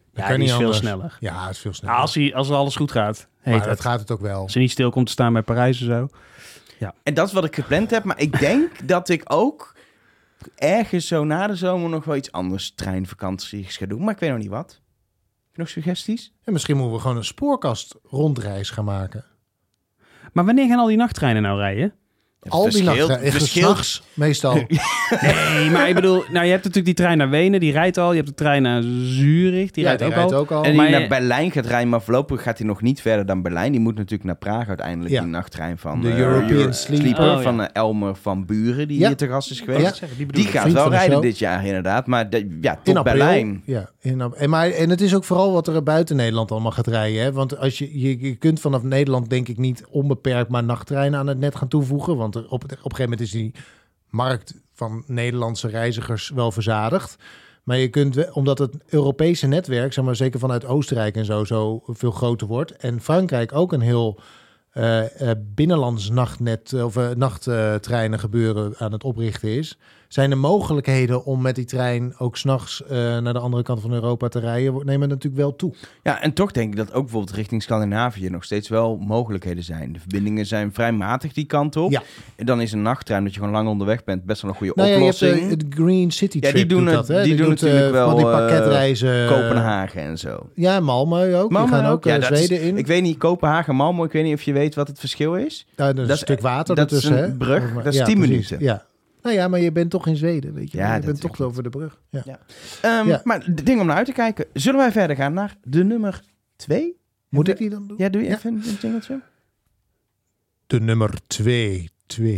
Ja, die is veel sneller. Ja, het is veel sneller. Als alles goed gaat. Maar dat gaat het ook wel. Als je niet stil komt te staan bij Parijs en zo. Ja. En dat is wat ik gepland heb. Maar ik denk dat ik ook ergens zo na de zomer nog wel iets anders treinvakanties ga doen. Maar ik weet nog niet wat. Heb je nog suggesties? En misschien moeten we gewoon een spoorkast rondreis gaan maken. Maar wanneer gaan al die nachttreinen nou rijden? Al die nachten, echt 's nachts meestal. Nee, maar ik bedoel, je hebt natuurlijk die trein naar Wenen, die rijdt al. Je hebt de trein naar Zurich, die rijdt ook al. En die naar Berlijn gaat rijden, maar voorlopig gaat hij nog niet verder dan Berlijn. Die moet natuurlijk naar Praag uiteindelijk, die nachttrein van de European Sleeper. Van Elmer van Buren, die hier te gast is geweest. Die gaat wel rijden dit jaar inderdaad, maar tot Berlijn. Ja, en het is ook vooral wat er buiten Nederland allemaal gaat rijden. Hè? Want als je kunt vanaf Nederland denk ik niet onbeperkt maar nachttreinen aan het net gaan toevoegen. Want op een gegeven moment is die markt van Nederlandse reizigers wel verzadigd. Maar je kunt, omdat het Europese netwerk, zeg maar zeker vanuit Oostenrijk en zo veel groter wordt. En Frankrijk ook een heel binnenlands nachtnet of nachttreinen gebeuren aan het oprichten is. Zijn de mogelijkheden om met die trein ook 's nachts naar de andere kant van Europa te rijden, nemen natuurlijk wel toe. Ja, en toch denk ik dat ook bijvoorbeeld richting Scandinavië nog steeds wel mogelijkheden zijn. De verbindingen zijn vrij matig die kant op. Ja. En dan is een nachttrein, dat je gewoon lang onderweg bent, best wel een goede oplossing. Je hebt de Green City Trip die doen doet dat, hè? Die doen natuurlijk wel van die pakketreizen. Kopenhagen en zo. Ja, Malmö ook. Die gaan ook Zweden in. Ik weet niet, Kopenhagen, Malmö, ik weet niet of je weet wat het verschil is. Dat is een stuk water. Dat is een brug, dat is 10 minuten. Ja. Nou ja, maar je bent toch in Zweden, weet je. Ja, je bent toch over de brug. Ja. Maar de ding om naar uit te kijken. Zullen wij verder gaan naar de nummer 2? Moet ik die dan doen? Ja, doe je even een jingletje? De nummer 2.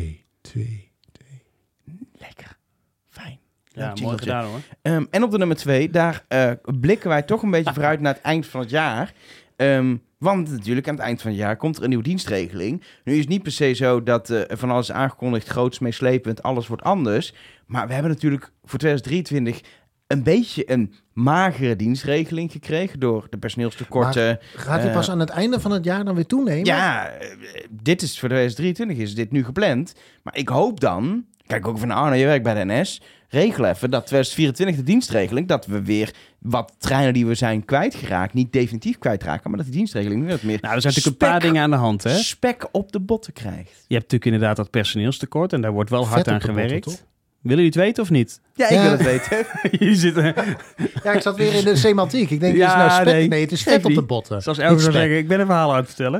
Lekker. Fijn. Ja, mooi gedaan hoor. En op de nummer 2, daar blikken wij toch een beetje vooruit naar het eind van het jaar. Want natuurlijk, aan het eind van het jaar komt er een nieuwe dienstregeling. Nu is het niet per se zo dat van alles is aangekondigd, groots meeslepend, alles wordt anders. Maar we hebben natuurlijk voor 2023 een beetje een magere dienstregeling gekregen door de personeelstekorten. Maar gaat die pas aan het einde van het jaar dan weer toenemen? Ja, dit is voor 2023 is dit nu gepland. Maar ik hoop dan, kijk ook van Arno, je werkt bij de NS, regel even dat 2024 de dienstregeling, dat we weer wat treinen die we zijn kwijtgeraakt, niet definitief kwijtraken, maar dat die dienstregeling nu wat meer... Nou, er zijn natuurlijk een paar dingen aan de hand, hè? Spek op de botten krijgt. Je hebt natuurlijk inderdaad dat personeelstekort en daar wordt wel hard aan gewerkt. Willen jullie het weten of niet? Ja, ik wil het weten. Jullie zitten... Ja, ik zat weer in de semantiek. Ik denk, het is nou spek. Nee, het is vet op de botten. Zoals Elke zou zeggen, ik ben een verhaal aan het vertellen.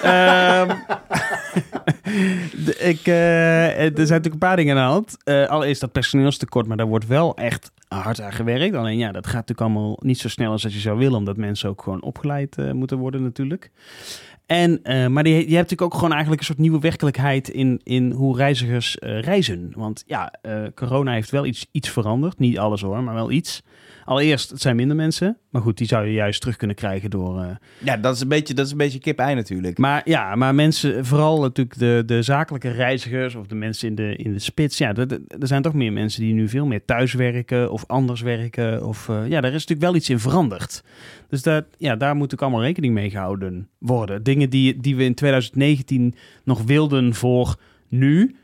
Er zijn natuurlijk een paar dingen aan de hand. Allereerst dat personeelstekort, maar daar wordt wel echt hard aan gewerkt. Alleen ja, dat gaat natuurlijk allemaal niet zo snel als dat je zou willen, omdat mensen ook gewoon opgeleid moeten worden natuurlijk. Maar je hebt natuurlijk ook gewoon eigenlijk een soort nieuwe werkelijkheid in hoe reizigers reizen. Want ja, corona heeft wel iets veranderd. Niet alles hoor, maar wel iets. Allereerst, het zijn minder mensen. Maar goed, die zou je juist terug kunnen krijgen door... Ja, dat is een beetje kip-ei natuurlijk. Maar mensen, vooral natuurlijk de zakelijke reizigers of de mensen in de spits. Ja, er zijn toch meer mensen die nu veel meer thuis werken of anders werken. Of daar is natuurlijk wel iets in veranderd. Dus daar moet natuurlijk allemaal rekening mee gehouden worden. Dingen die we in 2019 nog wilden voor nu...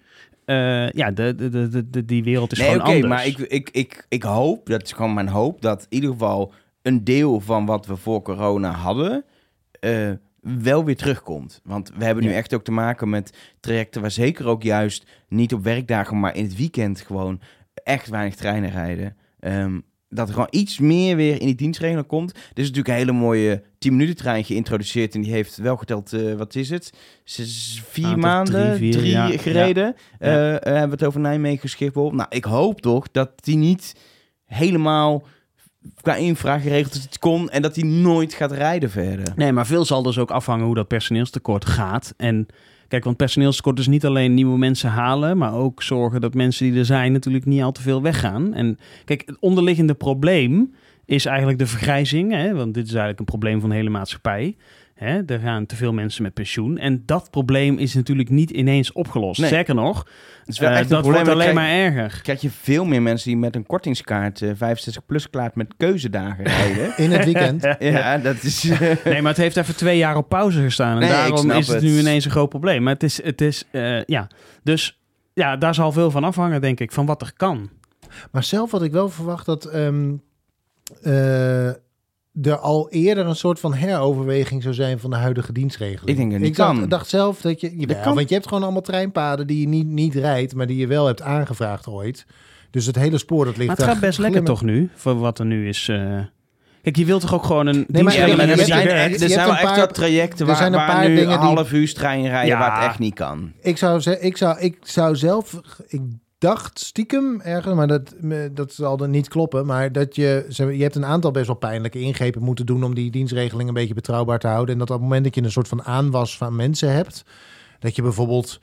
die wereld is gewoon anders. Maar ik hoop, dat is gewoon mijn hoop, dat in ieder geval een deel van wat we voor corona hadden, wel weer terugkomt. Want we hebben nu echt ook te maken met trajecten waar zeker ook juist niet op werkdagen, maar in het weekend gewoon echt weinig treinen rijden. Dat er gewoon iets meer weer in die dienstregeling komt. Er is natuurlijk een hele mooie 10-minuten trein geïntroduceerd. En die heeft wel geteld, wat is het? 4 maanden, 3 gereden. Hebben we het over Nijmegen, Schiphol. Nou, ik hoop toch dat die niet helemaal qua infra geregeld is het kon. En dat die nooit gaat rijden verder. Nee, maar veel zal dus ook afhangen hoe dat personeelstekort gaat. En kijk, want personeelstekort is niet alleen nieuwe mensen halen, maar ook zorgen dat mensen die er zijn natuurlijk niet al te veel weggaan. En kijk, het onderliggende probleem is eigenlijk de vergrijzing, hè? Want dit is eigenlijk een probleem van de hele maatschappij. Hè? Er gaan te veel mensen met pensioen. En dat probleem is natuurlijk niet ineens opgelost. Nee. Sterker nog, dat wordt alleen maar erger. Krijg je veel meer mensen die met een kortingskaart 65 plus klaart met keuzedagen rijden. In het weekend. Ja, dat is... Nee, maar het heeft even 2 jaar op pauze gestaan. En daarom is het nu ineens een groot probleem. Maar het is Dus ja, daar zal veel van afhangen, denk ik, van wat er kan. Maar zelf had ik wel verwacht dat er al eerder een soort van heroverweging zou zijn van de huidige dienstregeling. Ik denk dat niet kan. Ik dacht zelf dat je... Want je hebt gewoon allemaal treinpaden die je niet rijdt, maar die je wel hebt aangevraagd ooit. Dus het hele spoor dat ligt... Maar het gaat best lekker toch nu, voor wat er nu is... Kijk, je wilt toch ook gewoon een dienstregeling er die zijn werkt? wel echt wat trajecten waar nu een half uur trein rijden waar het echt niet kan. Ik zou zelf... Ik dacht stiekem ergens, maar dat zal dan niet kloppen, maar dat je hebt een aantal best wel pijnlijke ingrepen moeten doen om die dienstregeling een beetje betrouwbaar te houden. En dat op het moment dat je een soort van aanwas van mensen hebt, dat je bijvoorbeeld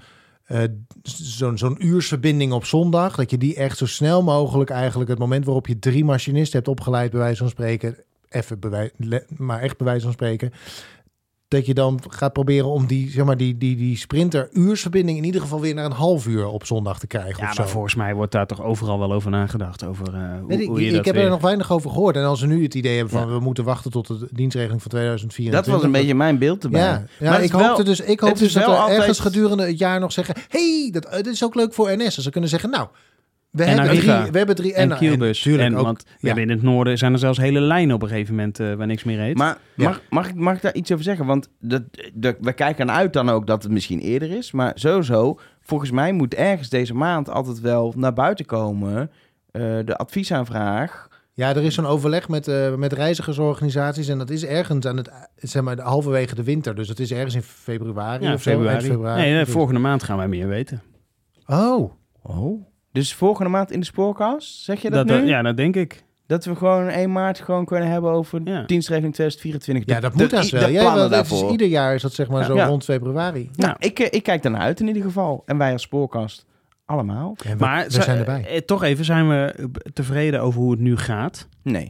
zo'n uursverbinding op zondag, dat je die echt zo snel mogelijk eigenlijk het moment waarop je 3 machinisten hebt opgeleid, bij wijze van spreken, maar echt bij wijze van spreken, dat je dan gaat proberen om die sprinter uursverbinding in ieder geval weer naar een half uur op zondag te krijgen. Ja, of maar zo. volgens mij wordt daar toch overal wel over nagedacht. Over Ik heb er nog weinig over gehoord. En als we nu het idee hebben van we moeten wachten tot de dienstregeling van 2024. Dat was een beetje mijn beeld erbij. Ja, maar ik hoop dus dat er ergens gedurende het jaar nog zeggen, hey, dat is ook leuk voor NS. Ze kunnen zeggen, nou, we hebben drie en Qbus. We hebben in het noorden zijn er zelfs hele lijnen op een gegeven moment waar niks meer reed. Maar mag ik daar iets over zeggen? Want we kijken uit dan ook dat het misschien eerder is. Maar sowieso, volgens mij moet ergens deze maand altijd wel naar buiten komen de adviesaanvraag. Ja, er is zo'n overleg met reizigersorganisaties en dat is ergens aan halverwege de winter. Dus dat is ergens in februari of zo. Februari. Nee, volgende maand gaan wij meer weten. Oh. Dus volgende maand in de spoorkast, zeg je dat nu? Ja, dat denk ik. Dat we gewoon 1 maart gewoon kunnen hebben over dienstregeling 2024. Ja, dat moet dat wel. Plannen daarvoor. Ieder jaar is dat zeg maar zo rond februari. Nou, ik kijk daarnaar uit in ieder geval. En wij als spoorkast allemaal. Maar we zijn erbij. Toch even, zijn we tevreden over hoe het nu gaat? Nee.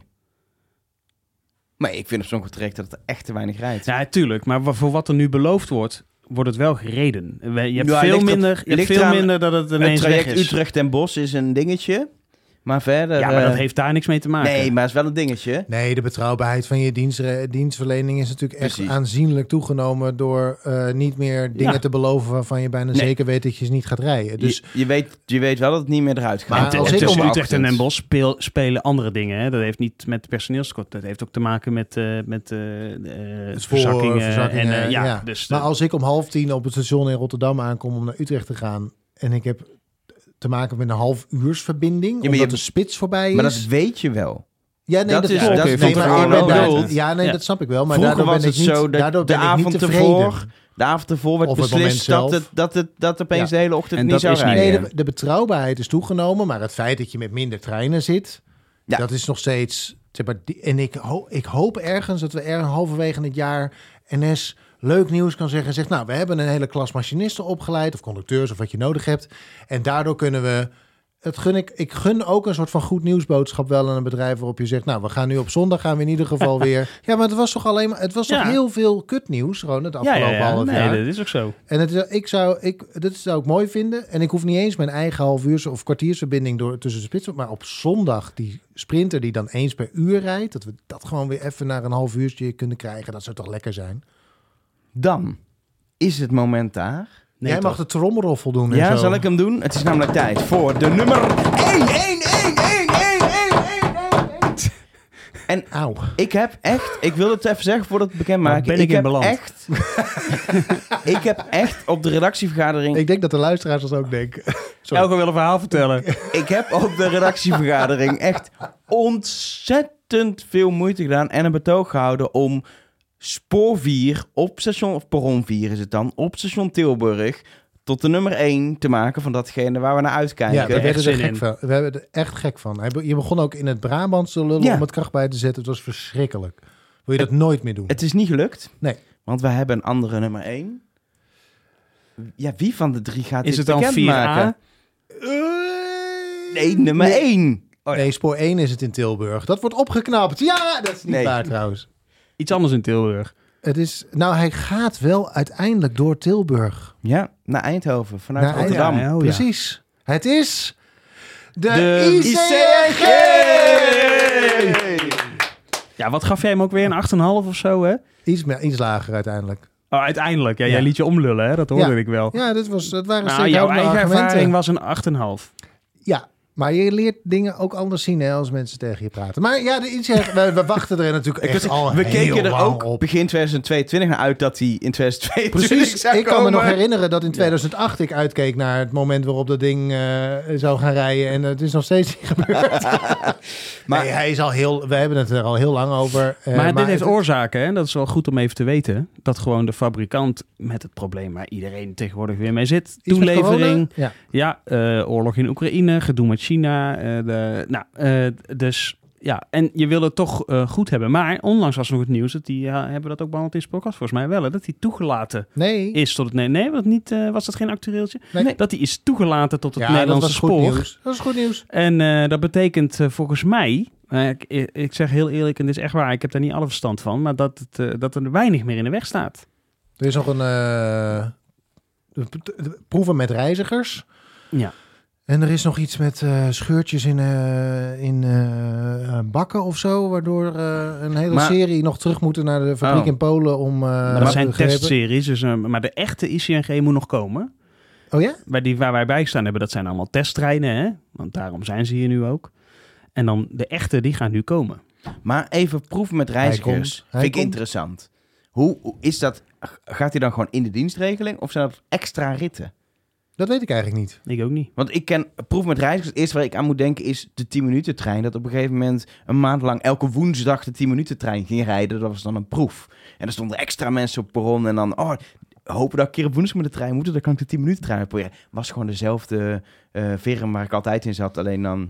Maar ik vind op sommige trajecten dat er echt te weinig rijdt. Ja, tuurlijk. Maar voor wat er nu beloofd wordt het wel gereden. Je hebt veel minder dat het ineens het traject weg is. Utrecht en Bos is een dingetje. Maar verder... Ja, maar dat heeft daar niks mee te maken. Nee, maar het is wel een dingetje. Nee, de betrouwbaarheid van je dienstverlening is natuurlijk echt aanzienlijk toegenomen door niet meer dingen te beloven waarvan je bijna zeker weet dat je ze niet gaat rijden. Dus je weet wel dat het niet meer eruit gaat. Maar tussen Utrecht en Den Bosch spelen andere dingen. Hè? Dat heeft niet met personeelskort. Dat heeft ook te maken met verzakkingen. Dus maar als ik om 9:30 op het station in Rotterdam aankom om naar Utrecht te gaan en ik heb te maken met een half uursverbinding, omdat de spits voorbij is. Maar dat weet je wel. Ja, nee, dat snap ik wel. Maar vroeger was het zo, de avond ervoor werd beslist dat opeens de hele ochtend niet zou rijden. Nee, de betrouwbaarheid is toegenomen, maar het feit dat je met minder treinen zit, dat is nog steeds... En ik hoop ergens dat we halverwege het jaar NS leuk nieuws kan zeggen. Zegt, nou, we hebben een hele klas machinisten opgeleid of conducteurs of wat je nodig hebt. En daardoor kunnen we... Ik gun ook een soort van goed nieuwsboodschap wel aan een bedrijf waarop je zegt, nou, we gaan nu op zondag gaan we in ieder geval weer... Ja, maar het was toch alleen maar... Het was toch heel veel kutnieuws gewoon het afgelopen half jaar. Nee, dat is ook zo. En dat zou ik mooi vinden. En ik hoef niet eens mijn eigen half uur of kwartiersverbinding tussen de spitsen. Maar op zondag die sprinter die dan eens per uur rijdt, dat we dat gewoon weer even naar een half uurtje kunnen krijgen. Dat zou toch lekker zijn? Dan is het moment daar. Nee, jij mag de trommelroffel doen. Ja, zal ik hem doen? Het is namelijk tijd voor de nummer 1. En ik wil het even zeggen voordat het bekend maken. Ik heb echt op de redactievergadering... Ik denk dat de luisteraars dat ook denken. Elke wil een verhaal vertellen. Ik heb op de redactievergadering echt ontzettend veel moeite gedaan en een betoog gehouden om spoor 4 op station, of perron 4 is het dan, op station Tilburg tot de nummer 1 te maken van datgene waar we naar uitkijken. Ja, we werden er echt gek van. Je begon ook in het Brabants te lullen om het kracht bij te zetten. Het was verschrikkelijk. Wil je dat nooit meer doen? Het is niet gelukt. Nee. Want we hebben een andere nummer 1. Ja, wie van de 3 gaat is dit het dan 4A? Maken? Nee, nummer 1. Oh, ja. Nee, spoor 1 is het in Tilburg. Dat wordt opgeknapt. Ja, dat is niet waar trouwens. Iets anders in Tilburg. Hij gaat wel uiteindelijk door Tilburg. Ja, naar Eindhoven, vanuit Rotterdam. Ja, precies. Het is de ICNG! Ja, wat gaf jij hem ook weer? Een 8,5 of zo, hè? Iets lager uiteindelijk. Oh, uiteindelijk. Ja, jij liet je omlullen, hè? Dat hoorde ik wel. Ja, dat waren jouw eigen argumenten. ervaring was een 8,5. Ja. Maar je leert dingen ook anders zien hè, als mensen tegen je praten. Maar ja, we wachten er natuurlijk echt al We heel keken er lang ook op. begin 2022 naar uit dat hij in 2022 Precies, zou ik kan me komen. nog herinneren dat in 2008 ik uitkeek naar het moment waarop dat ding zou gaan rijden. En het is nog steeds niet gebeurd. Maar nee, hij is we hebben het er al heel lang over. Maar dit heeft oorzaken, hè? Dat is wel goed om even te weten. Dat gewoon de fabrikant met het probleem waar iedereen tegenwoordig weer mee zit. Toelevering, oorlog in Oekraïne, gedoe met China. Dus ja, en je wil het toch goed hebben. Maar onlangs was nog het nieuws dat hebben we dat ook behandeld in Spookcast volgens mij wel. Hè, dat hij toegelaten is tot het... Nee, was dat geen actueeltje? Nee. Dat hij is toegelaten tot het Nederlandse spoor. Dat is goed nieuws. En dat betekent volgens mij... ik zeg heel eerlijk, en dit is echt waar, ik heb daar niet alle verstand van, maar dat er weinig meer in de weg staat. Er is nog een proeven met reizigers. Ja. En er is nog iets met scheurtjes in bakken of zo, waardoor een hele serie nog terug moeten naar de fabriek in Polen om... dat zijn testseries, dus, maar de echte ICNG moet nog komen. Oh ja? Waar wij bij staan hebben, dat zijn allemaal testtreinen, hè? Want daarom zijn ze hier nu ook. En dan de echte, die gaan nu komen. Maar even proeven met reizigers. Vind ik interessant. Hoe is dat? Gaat hij dan gewoon in de dienstregeling of zijn dat extra ritten? Dat weet ik eigenlijk niet. Ik ook niet. Want ik ken proef met reizigers. Het eerste waar ik aan moet denken is de 10-minuten trein. Dat op een gegeven moment een maand lang elke woensdag de 10-minuten trein ging rijden. Dat was dan een proef. En er stonden extra mensen op perron. En dan hopen dat ik een keer op woensdag met de trein moet. Dan kan ik de 10-minuten trein proberen. Was gewoon dezelfde firma waar ik altijd in zat. Alleen dan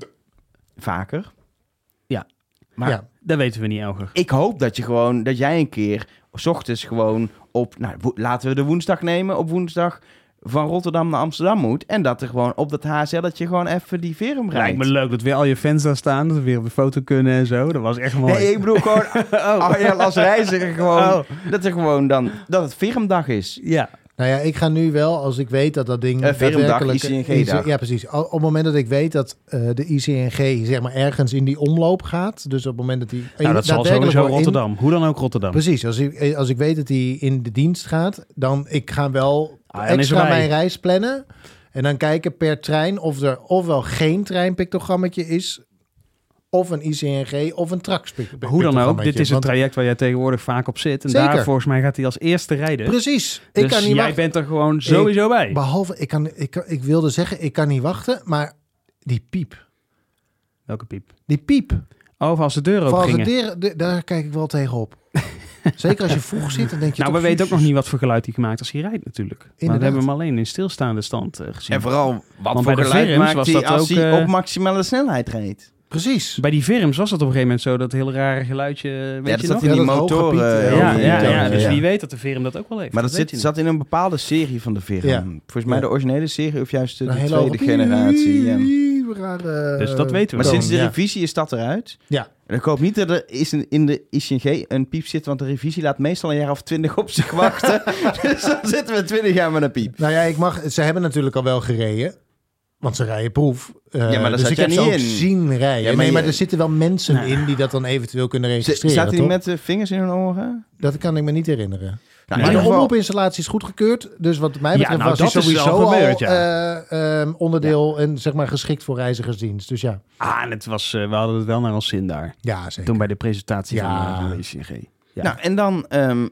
vaker. Ja. Maar dat weten we niet, Elger. Ik hoop dat jij een keer 's ochtends gewoon op... Nou, laten we de woensdag nemen. Op woensdag van Rotterdam naar Amsterdam moet. En dat er gewoon op dat HSL'tje gewoon even die verum rijdt. Lijkt me leuk dat weer al je fans daar staan. Dat we weer op de foto kunnen en zo. Dat was echt mooi. Nee, ik bedoel gewoon als reiziger gewoon... Dat er gewoon dan... Dat het firumdag is. Ja. Nou ja, ik ga nu wel, als ik weet dat dat ding... firumdag, ICNG-dag. Ja, precies. Op het moment dat ik weet dat de ICNG zeg maar ergens in die omloop gaat. Dus op het moment dat die... Nou, dat zal sowieso Rotterdam. Hoe dan ook Rotterdam. Precies. Als ik weet dat die in de dienst gaat, dan ik ga wel extra mijn reis plannen. En dan kijken per trein of er ofwel geen treinpictogrammetje is... Of een ICNG of een Trax. Hoe dan ook, dit is een traject waar jij tegenwoordig vaak op zit. En zeker. Daar volgens mij gaat hij als eerste rijden. Precies. Dus ik kan niet jij bent er gewoon sowieso bij. Behalve, ik wilde zeggen, ik kan niet wachten, maar die piep. Welke piep? Die piep. Oh, als de deur open gingen. Daar kijk ik wel tegenop. Zeker als je vroeg zit, dan denk je we weten ook nog niet wat voor geluid hij gemaakt als hij rijdt natuurlijk. Inderdaad. Maar we hebben hem alleen in stilstaande stand gezien. En vooral, wat voor geluid maakt hij als hij op maximale snelheid reed? Precies. Bij die Virms was dat op een gegeven moment zo, dat hele rare geluidje, weet je nog? In die motoren. Dus wie weet dat de Virm dat ook wel heeft. Maar dat zat in een bepaalde serie van de Virm. Ja. Volgens mij de originele serie of juist de tweede generatie. Dus dat weten we. Maar sinds de revisie is dat eruit. Ja. En ik hoop niet dat er in de ICNG een piep zit, want de revisie laat meestal een jaar of 20 op zich wachten. Dus dan zitten we 20 jaar met een piep. Nou ja, ze hebben natuurlijk al wel gereden. Want ze rijden proef. Maar dat dus ik heb niet ze ook in. zien rijden. Maar er zitten wel mensen in die dat dan eventueel kunnen registreren. Staat hij met de vingers in hun oren? Dat kan ik me niet herinneren. Nou, maar de omroepinstallatie is goedgekeurd. Dus wat mij betreft was hij sowieso al onderdeel en zeg maar geschikt voor reizigersdienst. Dus ja. En het was, we hadden het wel naar ons zin daar. Ja, zeker. Toen bij de presentatie van de ICNG. Ja. Nou, en dan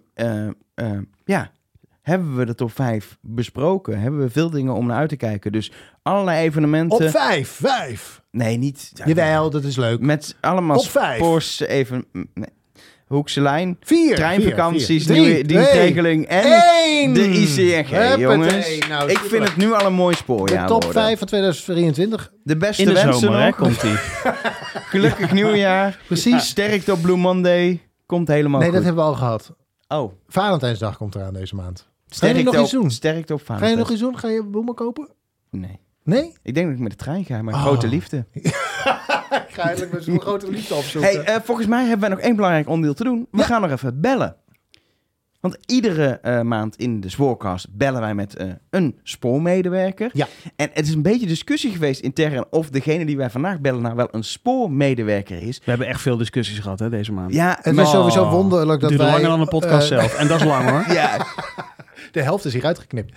hebben we de top 5 besproken. Hebben we veel dingen om naar uit te kijken. Dus allerlei evenementen. Op 5. Nee, niet. Jawel, dat is leuk. Met allemaal sports even. Nee. Hoekse lijn. 4. Treinvakanties, nieuwe dienstregeling en 1. de ICNG, jongens. Nou, ik vind het nu al een mooi spoorjaar. De top 5 van 2023. De beste in de wensen zomer, nog. Komt-ie. Gelukkig nieuwjaar. Precies. Sterkte op Blue Monday. Komt helemaal goed. Nee, dat hebben we al gehad. Oh. Valentijnsdag komt eraan deze maand. Sterkte ga je nog iets doen? Sterkte op Ga je nog iets doen? Ga je bloemen kopen? Nee. Nee? Ik denk dat ik met de trein ga. Mijn grote liefde. Ik ga eigenlijk met zo'n grote liefde opzoeken. Hey, volgens mij hebben wij nog één belangrijk onderdeel te doen. We gaan nog even bellen. Want iedere maand in de Spoorcast bellen wij met een spoormedewerker. Ja. En het is een beetje discussie geweest intern of degene die wij vandaag bellen nou wel een spoormedewerker is. We hebben echt veel discussies gehad deze maand. Ja, het is sowieso wonderlijk dat wij... wij... langer dan de podcast zelf. En dat is lang hoor. Ja. De helft is hieruit geknipt.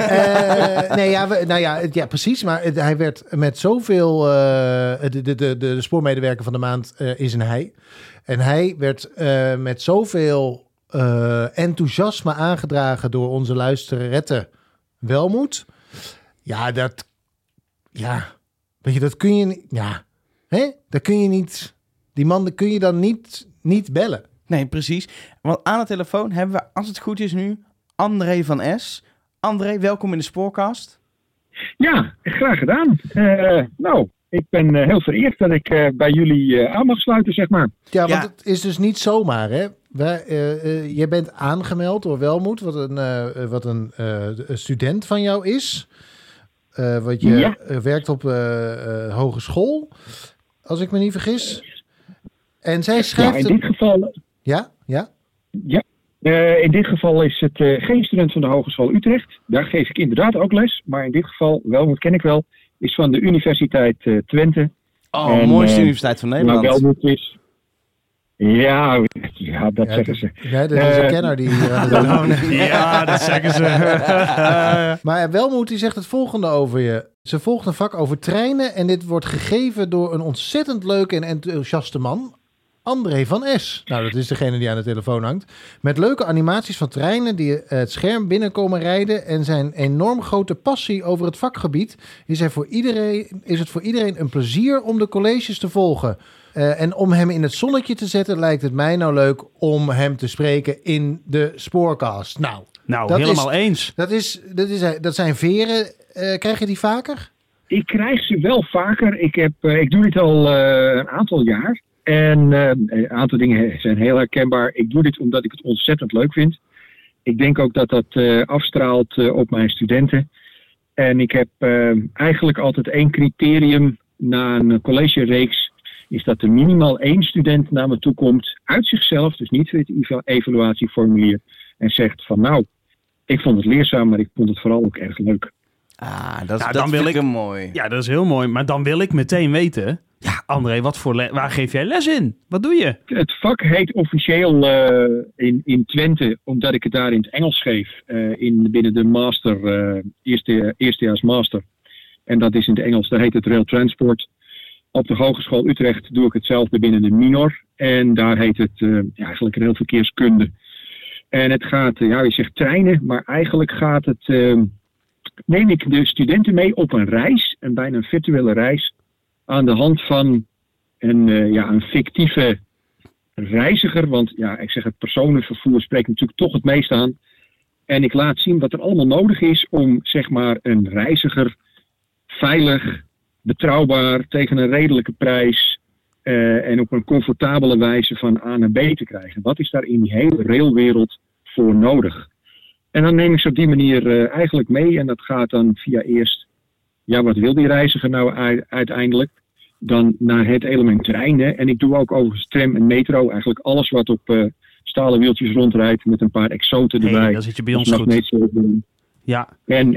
Precies. Maar hij werd met zoveel... De spoormedewerker van de maand is een hij. En hij werd met zoveel enthousiasme aangedragen door onze luisterrette Welmoed. Ja, weet je, dat kun je niet... Ja, hè? Dat kun je niet... Die man kun je dan niet bellen. Nee, precies. Want aan de telefoon hebben we, als het goed is nu, André van S. André, welkom in de Spoorcast. Ja, graag gedaan. Ik ben heel vereerd dat ik bij jullie aan mag sluiten, zeg maar. Ja, want het is dus niet zomaar, hè? Je bent aangemeld door Welmoed, wat een student van jou is. Wat je werkt op hogeschool, als ik me niet vergis. En zij schrijft... Ja, in dit geval... Ja? Ja. In dit geval is het geen student van de Hogeschool Utrecht. Daar geef ik inderdaad ook les. Maar in dit geval, Welmoed ken ik wel, is van de Universiteit Twente. Oh, mooiste universiteit van Nederland. Maar Welmoed is... Ja, dat zeggen ze. Ja, dat is een kenner die hier aan het wonen. Ja, dat zeggen ze. Maar Welmoed die zegt het volgende over je. Ze volgt een vak over treinen en dit wordt gegeven door een ontzettend leuke en enthousiaste man. André van S. Nou, dat is degene die aan de telefoon hangt. Met leuke animaties van treinen die het scherm binnenkomen rijden en zijn enorm grote passie over het vakgebied is het voor iedereen een plezier om de colleges te volgen. En om hem in het zonnetje te zetten lijkt het mij nou leuk om hem te spreken in de Spoorcast. Nou, helemaal eens. Dat zijn veren. Krijg je die vaker? Ik krijg ze wel vaker. Ik doe dit al een aantal jaar. En een aantal dingen zijn heel herkenbaar. Ik doe dit omdat ik het ontzettend leuk vind. Ik denk ook dat dat afstraalt op mijn studenten. En ik heb eigenlijk altijd 1 criterium na een collegereeks. Is dat er minimaal 1 student naar me toe komt uit zichzelf. Dus niet via het evaluatieformulier. En zegt van ik vond het leerzaam, maar ik vond het vooral ook erg leuk. Dat vind ik mooi. Ja, dat is heel mooi. Maar dan wil ik meteen weten... Ja, André, waar geef jij les in? Wat doe je? Het vak heet officieel in Twente, omdat ik het daar in het Engels geef. Binnen de master, eerstejaars master. En dat is in het Engels, daar heet het Rail Transport. Op de Hogeschool Utrecht doe ik hetzelfde binnen de minor. En daar heet het eigenlijk railverkeerskunde. En het gaat, je zegt treinen, maar eigenlijk gaat het... neem ik de studenten mee op een reis, bijna een virtuele reis... aan de hand van een fictieve reiziger. Want ik zeg het personenvervoer spreekt natuurlijk toch het meest aan. En ik laat zien wat er allemaal nodig is om zeg maar een reiziger veilig, betrouwbaar, tegen een redelijke prijs en op een comfortabele wijze van A naar B te krijgen. Wat is daar in die hele railwereld voor nodig? En dan neem ik ze op die manier eigenlijk mee. En dat gaat dan via eerst... wat wil die reiziger nou uiteindelijk? Dan naar het element treinen. En ik doe ook overigens tram en metro. Eigenlijk alles wat op stalen wieltjes rondrijdt met een paar exoten erbij. Dan zit je bij ons goed. Ja.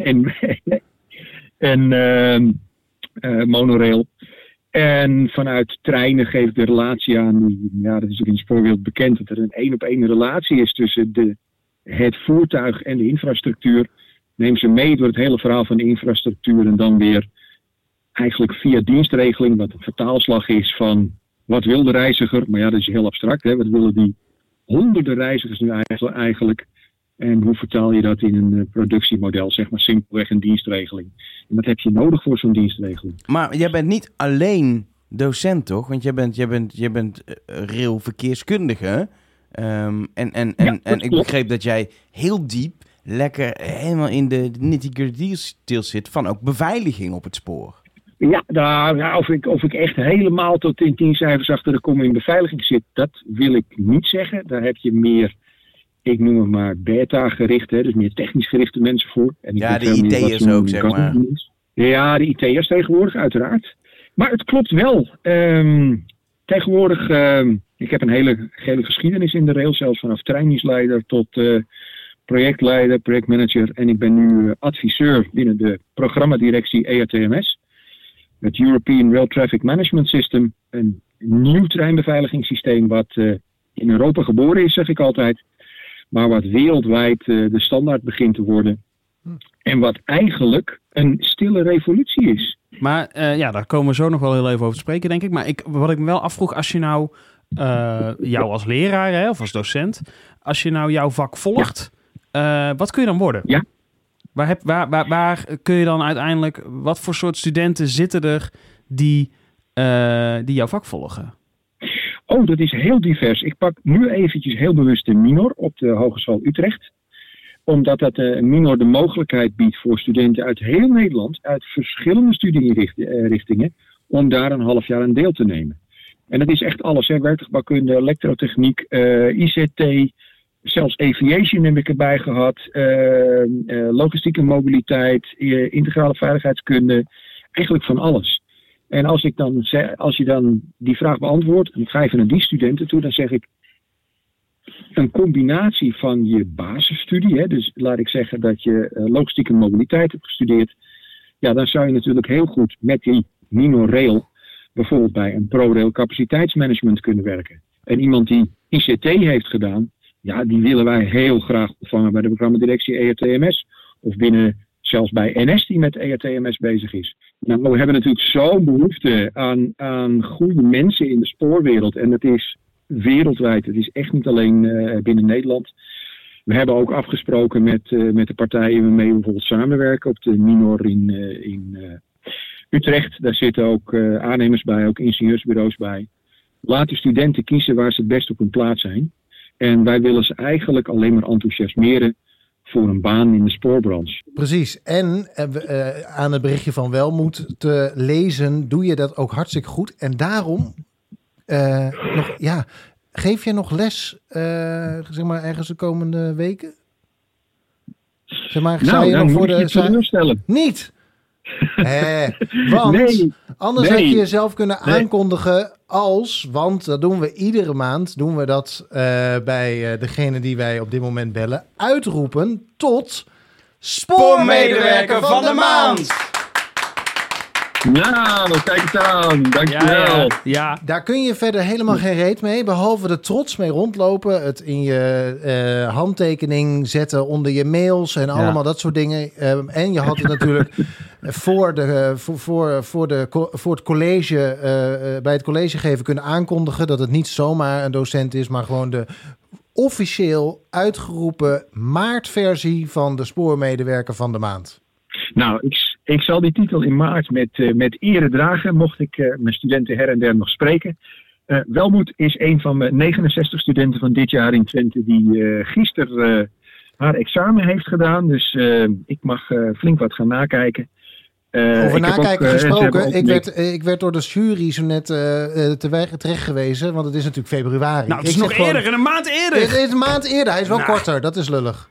En monorail. En vanuit treinen geef ik de relatie aan. Ja, dat is ook in de spoorwereld bekend. Dat er een 1-op-1 relatie is tussen het voertuig en de infrastructuur. Neem ze mee door het hele verhaal van de infrastructuur en dan weer eigenlijk via dienstregeling, wat een vertaalslag is van wat wil de reiziger, maar dat is heel abstract, hè? Wat willen die honderden reizigers nu eigenlijk en hoe vertaal je dat in een productiemodel, zeg maar simpelweg een dienstregeling. En wat heb je nodig voor zo'n dienstregeling? Maar jij bent niet alleen docent, toch? Want jij bent railverkeerskundige en ik begreep dat jij heel diep lekker helemaal in de nitty-gritty zit van ook beveiliging op het spoor. Ja, of ik echt helemaal tot in 10 cijfers achter de komma in beveiliging zit, dat wil ik niet zeggen. Daar heb je meer, ik noem het maar beta-gericht, dus meer technisch gerichte mensen voor. En de IT'ers ook, zeg maar. Ja, de IT'ers tegenwoordig, uiteraard. Maar het klopt wel. Tegenwoordig, ik heb een hele geschiedenis in de rail, zelfs vanaf treindienstleider tot projectleider, projectmanager. En ik ben nu adviseur binnen de programmadirectie ERTMS. Het European Rail Traffic Management System. Een nieuw treinbeveiligingssysteem wat in Europa geboren is, zeg ik altijd. maar wat wereldwijd de standaard begint te worden. En wat eigenlijk een stille revolutie is. Maar daar komen we zo nog wel heel even over te spreken, denk ik. Maar wat ik me wel afvroeg, als je nou jou als leraar, hè, of als docent, als je nou jouw vak volgt, wat kun je dan worden? Ja. Waar kun je dan uiteindelijk, wat voor soort studenten zitten er die jouw vak volgen? Oh, dat is heel divers. Ik pak nu eventjes heel bewust de minor op de Hogeschool Utrecht. Omdat dat minor de mogelijkheid biedt voor studenten uit heel Nederland, uit verschillende studierichtingen, om daar een half jaar aan deel te nemen. En dat is echt alles, hè? Werktuigbouwkunde, elektrotechniek, ICT, zelfs aviation heb ik erbij gehad, logistieke mobiliteit, integrale veiligheidskunde, eigenlijk van alles. En als je dan die vraag beantwoordt, en ik ga even naar die studenten toe, dan zeg ik, een combinatie van je basisstudie, hè, dus laat ik zeggen dat je logistieke mobiliteit hebt gestudeerd, ja, dan zou je natuurlijk heel goed met die minor rail bijvoorbeeld bij een ProRail capaciteitsmanagement kunnen werken. En iemand die ICT heeft gedaan, ja, die willen wij heel graag ontvangen bij de programmadirectie ERTMS of zelfs bij NS die met ERTMS bezig is. Nou, we hebben natuurlijk zo'n behoefte aan goede mensen in de spoorwereld en dat is wereldwijd. Het is echt niet alleen binnen Nederland. We hebben ook afgesproken met de partijen waarmee we bijvoorbeeld samenwerken op de minor in Utrecht. Daar zitten ook aannemers bij, ook ingenieursbureaus bij. Laat de studenten kiezen waar ze het best op hun plaats zijn. En wij willen ze eigenlijk alleen maar enthousiasmeren voor een baan in de spoorbranche. Precies. En aan het berichtje van Welmoed te lezen, doe je dat ook hartstikke goed. En daarom geef je nog les, zeg maar, ergens de komende weken? Zeg maar, Niet? Want anders had je jezelf kunnen aankondigen want dat doen we iedere maand, bij degene die wij op dit moment bellen, uitroepen tot Spoormedewerker van de maand. Nou, kijk eens aan. Dankjewel. Ja. Daar kun je verder helemaal geen reet mee, behalve er trots mee rondlopen, het in je handtekening zetten onder je mails en allemaal dat soort dingen. En je had het natuurlijk voor het college, bij het college geven kunnen aankondigen dat het niet zomaar een docent is, maar gewoon de officieel uitgeroepen maartversie van de spoormedewerker van de maand. Nou, ik zal die titel in maart met ere dragen, mocht ik mijn studenten her en der nog spreken. Welmoed is een van mijn 69 studenten van dit jaar in Twente die gisteren haar examen heeft gedaan. Dus ik mag flink wat gaan nakijken. Over nakijken gesproken, ik werd door de jury zo net terecht gewezen, want het is natuurlijk februari. Nou, het is nog eerder, een maand eerder. Het is een maand eerder, hij is wel korter, dat is lullig.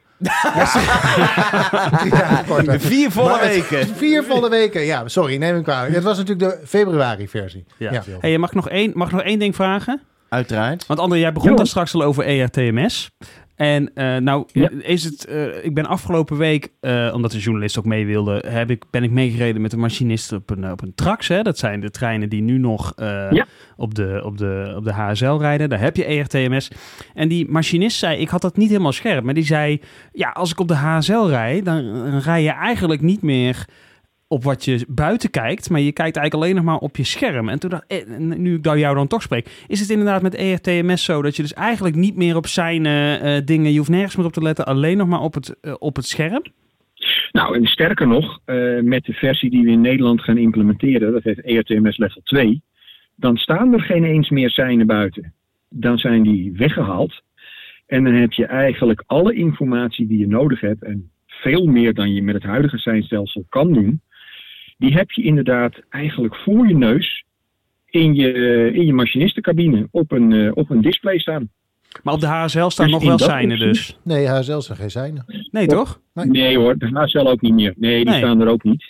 4 volle weken. 4 volle weken, ja, sorry, neem ik kwalijk. Het was natuurlijk de februari versie. Ja. Hey, mag ik nog één ding vragen? Uiteraard. Want André, jij begon daar straks al over ERTMS. En is het, ik ben afgelopen week, omdat de journalist ook mee wilde, ben ik meegereden met de machinist op een Trax. Hè? Dat zijn de treinen die nu nog op de HSL rijden. Daar heb je ERTMS. En die machinist zei, ik had dat niet helemaal scherp, maar die zei, ja, als ik op de HSL rijd, dan rij je eigenlijk niet meer op wat je buiten kijkt, maar je kijkt eigenlijk alleen nog maar op je scherm. En toen dacht nu ik jou dan toch spreek, is het inderdaad met ERTMS zo dat je dus eigenlijk niet meer op zijn dingen, je hoeft nergens meer op te letten, alleen nog maar op het scherm? Nou, en sterker nog, met de versie die we in Nederland gaan implementeren, dat heet ERTMS Level 2, dan staan er geen eens meer seinen buiten. Dan zijn die weggehaald en dan heb je eigenlijk alle informatie die je nodig hebt en veel meer dan je met het huidige seinstelsel kan doen, die heb je inderdaad eigenlijk voor je neus in je machinistencabine op een display staan. Maar op de HSL staan dus nog wel seinen dus? Nee, HSL zijn geen seinen. Nee, toch? Nee hoor, de HSL ook niet meer. Nee, die staan er ook niet.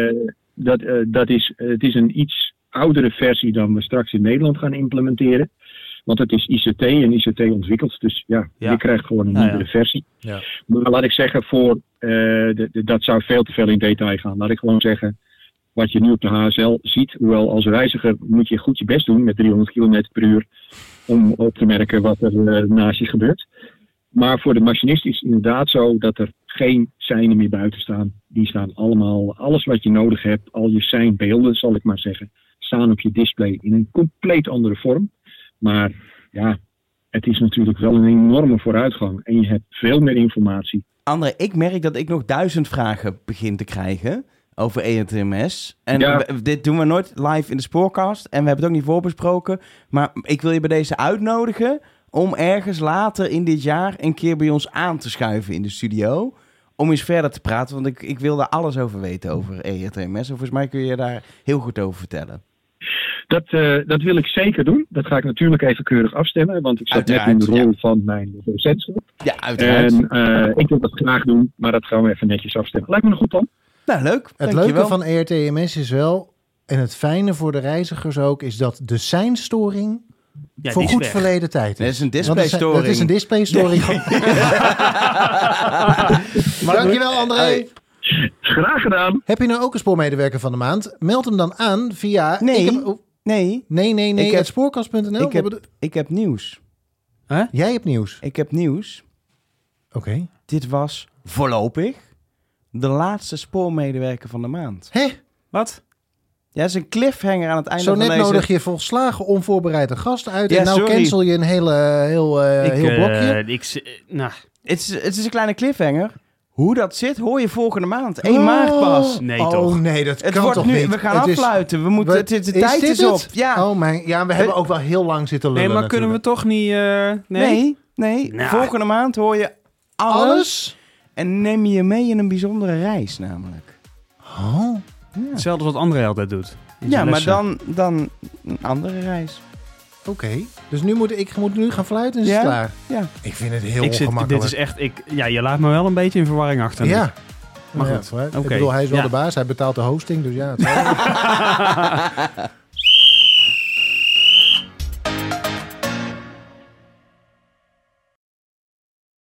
Het is een iets oudere versie dan we straks in Nederland gaan implementeren. Want het is ICT en ICT ontwikkeld. Dus je krijgt gewoon een nieuwere versie. Ja. Maar laat ik zeggen, dat zou veel te veel in detail gaan. Laat ik gewoon zeggen, wat je nu op de HSL ziet. Hoewel als reiziger moet je goed je best doen met 300 km per uur. Om op te merken wat er naast je gebeurt. Maar voor de machinist is het inderdaad zo dat er geen seinen meer buiten staan. Die staan allemaal, alles wat je nodig hebt, al je seinbeelden zal ik maar zeggen, staan op je display in een compleet andere vorm. Maar ja, het is natuurlijk wel een enorme vooruitgang en je hebt veel meer informatie. André, ik merk dat ik nog 1000 vragen begin te krijgen over ERTMS. En dit doen we nooit live in de Spoorcast en we hebben het ook niet voorbesproken. Maar ik wil je bij deze uitnodigen om ergens later in dit jaar een keer bij ons aan te schuiven in de studio. Om eens verder te praten, want ik wil daar alles over weten over ERTMS. En volgens mij kun je daar heel goed over vertellen. Dat wil ik zeker doen. Dat ga ik natuurlijk even keurig afstemmen, want ik zat Uiteraard, net in de rol van mijn docentschap. Ja, uiteraard. En ik wil dat graag doen, maar dat gaan we even netjes afstemmen. Lijkt me een goed plan. Nou, leuk. Het leuke van ERTMS is wel, en het fijne voor de reizigers ook, is dat de seinstoring voor goed verleden tijd is. Dat is een displaystoring. Dat is een displaystoring. Dankjewel, André. Graag gedaan. Heb je nou ook een spoormedewerker van de maand? Meld hem dan aan via... Nee. Het spoorkast.nl. Ik heb nieuws. Huh? Jij hebt nieuws. Ik heb nieuws. Oké. Dit was voorlopig de laatste spoormedewerker van de maand. Hé? Wat? Ja, dat is een cliffhanger aan het einde Zo van net deze... nodig je volslagen onvoorbereid een gast uit. Ja, en nou sorry. cancel je een heel blokje. Het Het is een kleine cliffhanger. Hoe dat zit, hoor je volgende maand. 1 maart pas. Nee, toch? Nee, dat Het kan wordt toch nu, niet? we gaan afsluiten. We moeten, de tijd dit is op. het? Ja. Oh mijn, ja, we hebben ook wel heel lang zitten lullen. Nee, maar kunnen we toch niet... nee? Nee. Nou. Volgende maand hoor je alles. Alles? En neem je mee in een bijzondere reis namelijk. Oh. Hetzelfde als wat André altijd doet. In Ja, zijn maar lessen. dan een andere reis. Oké. Dus nu moet ik nu gaan fluiten en is het Ja? klaar? Ja. Ik vind het heel Dit ongemakkelijk. is echt... je laat me wel een beetje in verwarring achter. Ja. Maar Ja, goed. vooruit. Oké. Ik bedoel, hij is wel Ja. de baas. Hij betaalt de hosting. Dus ja, het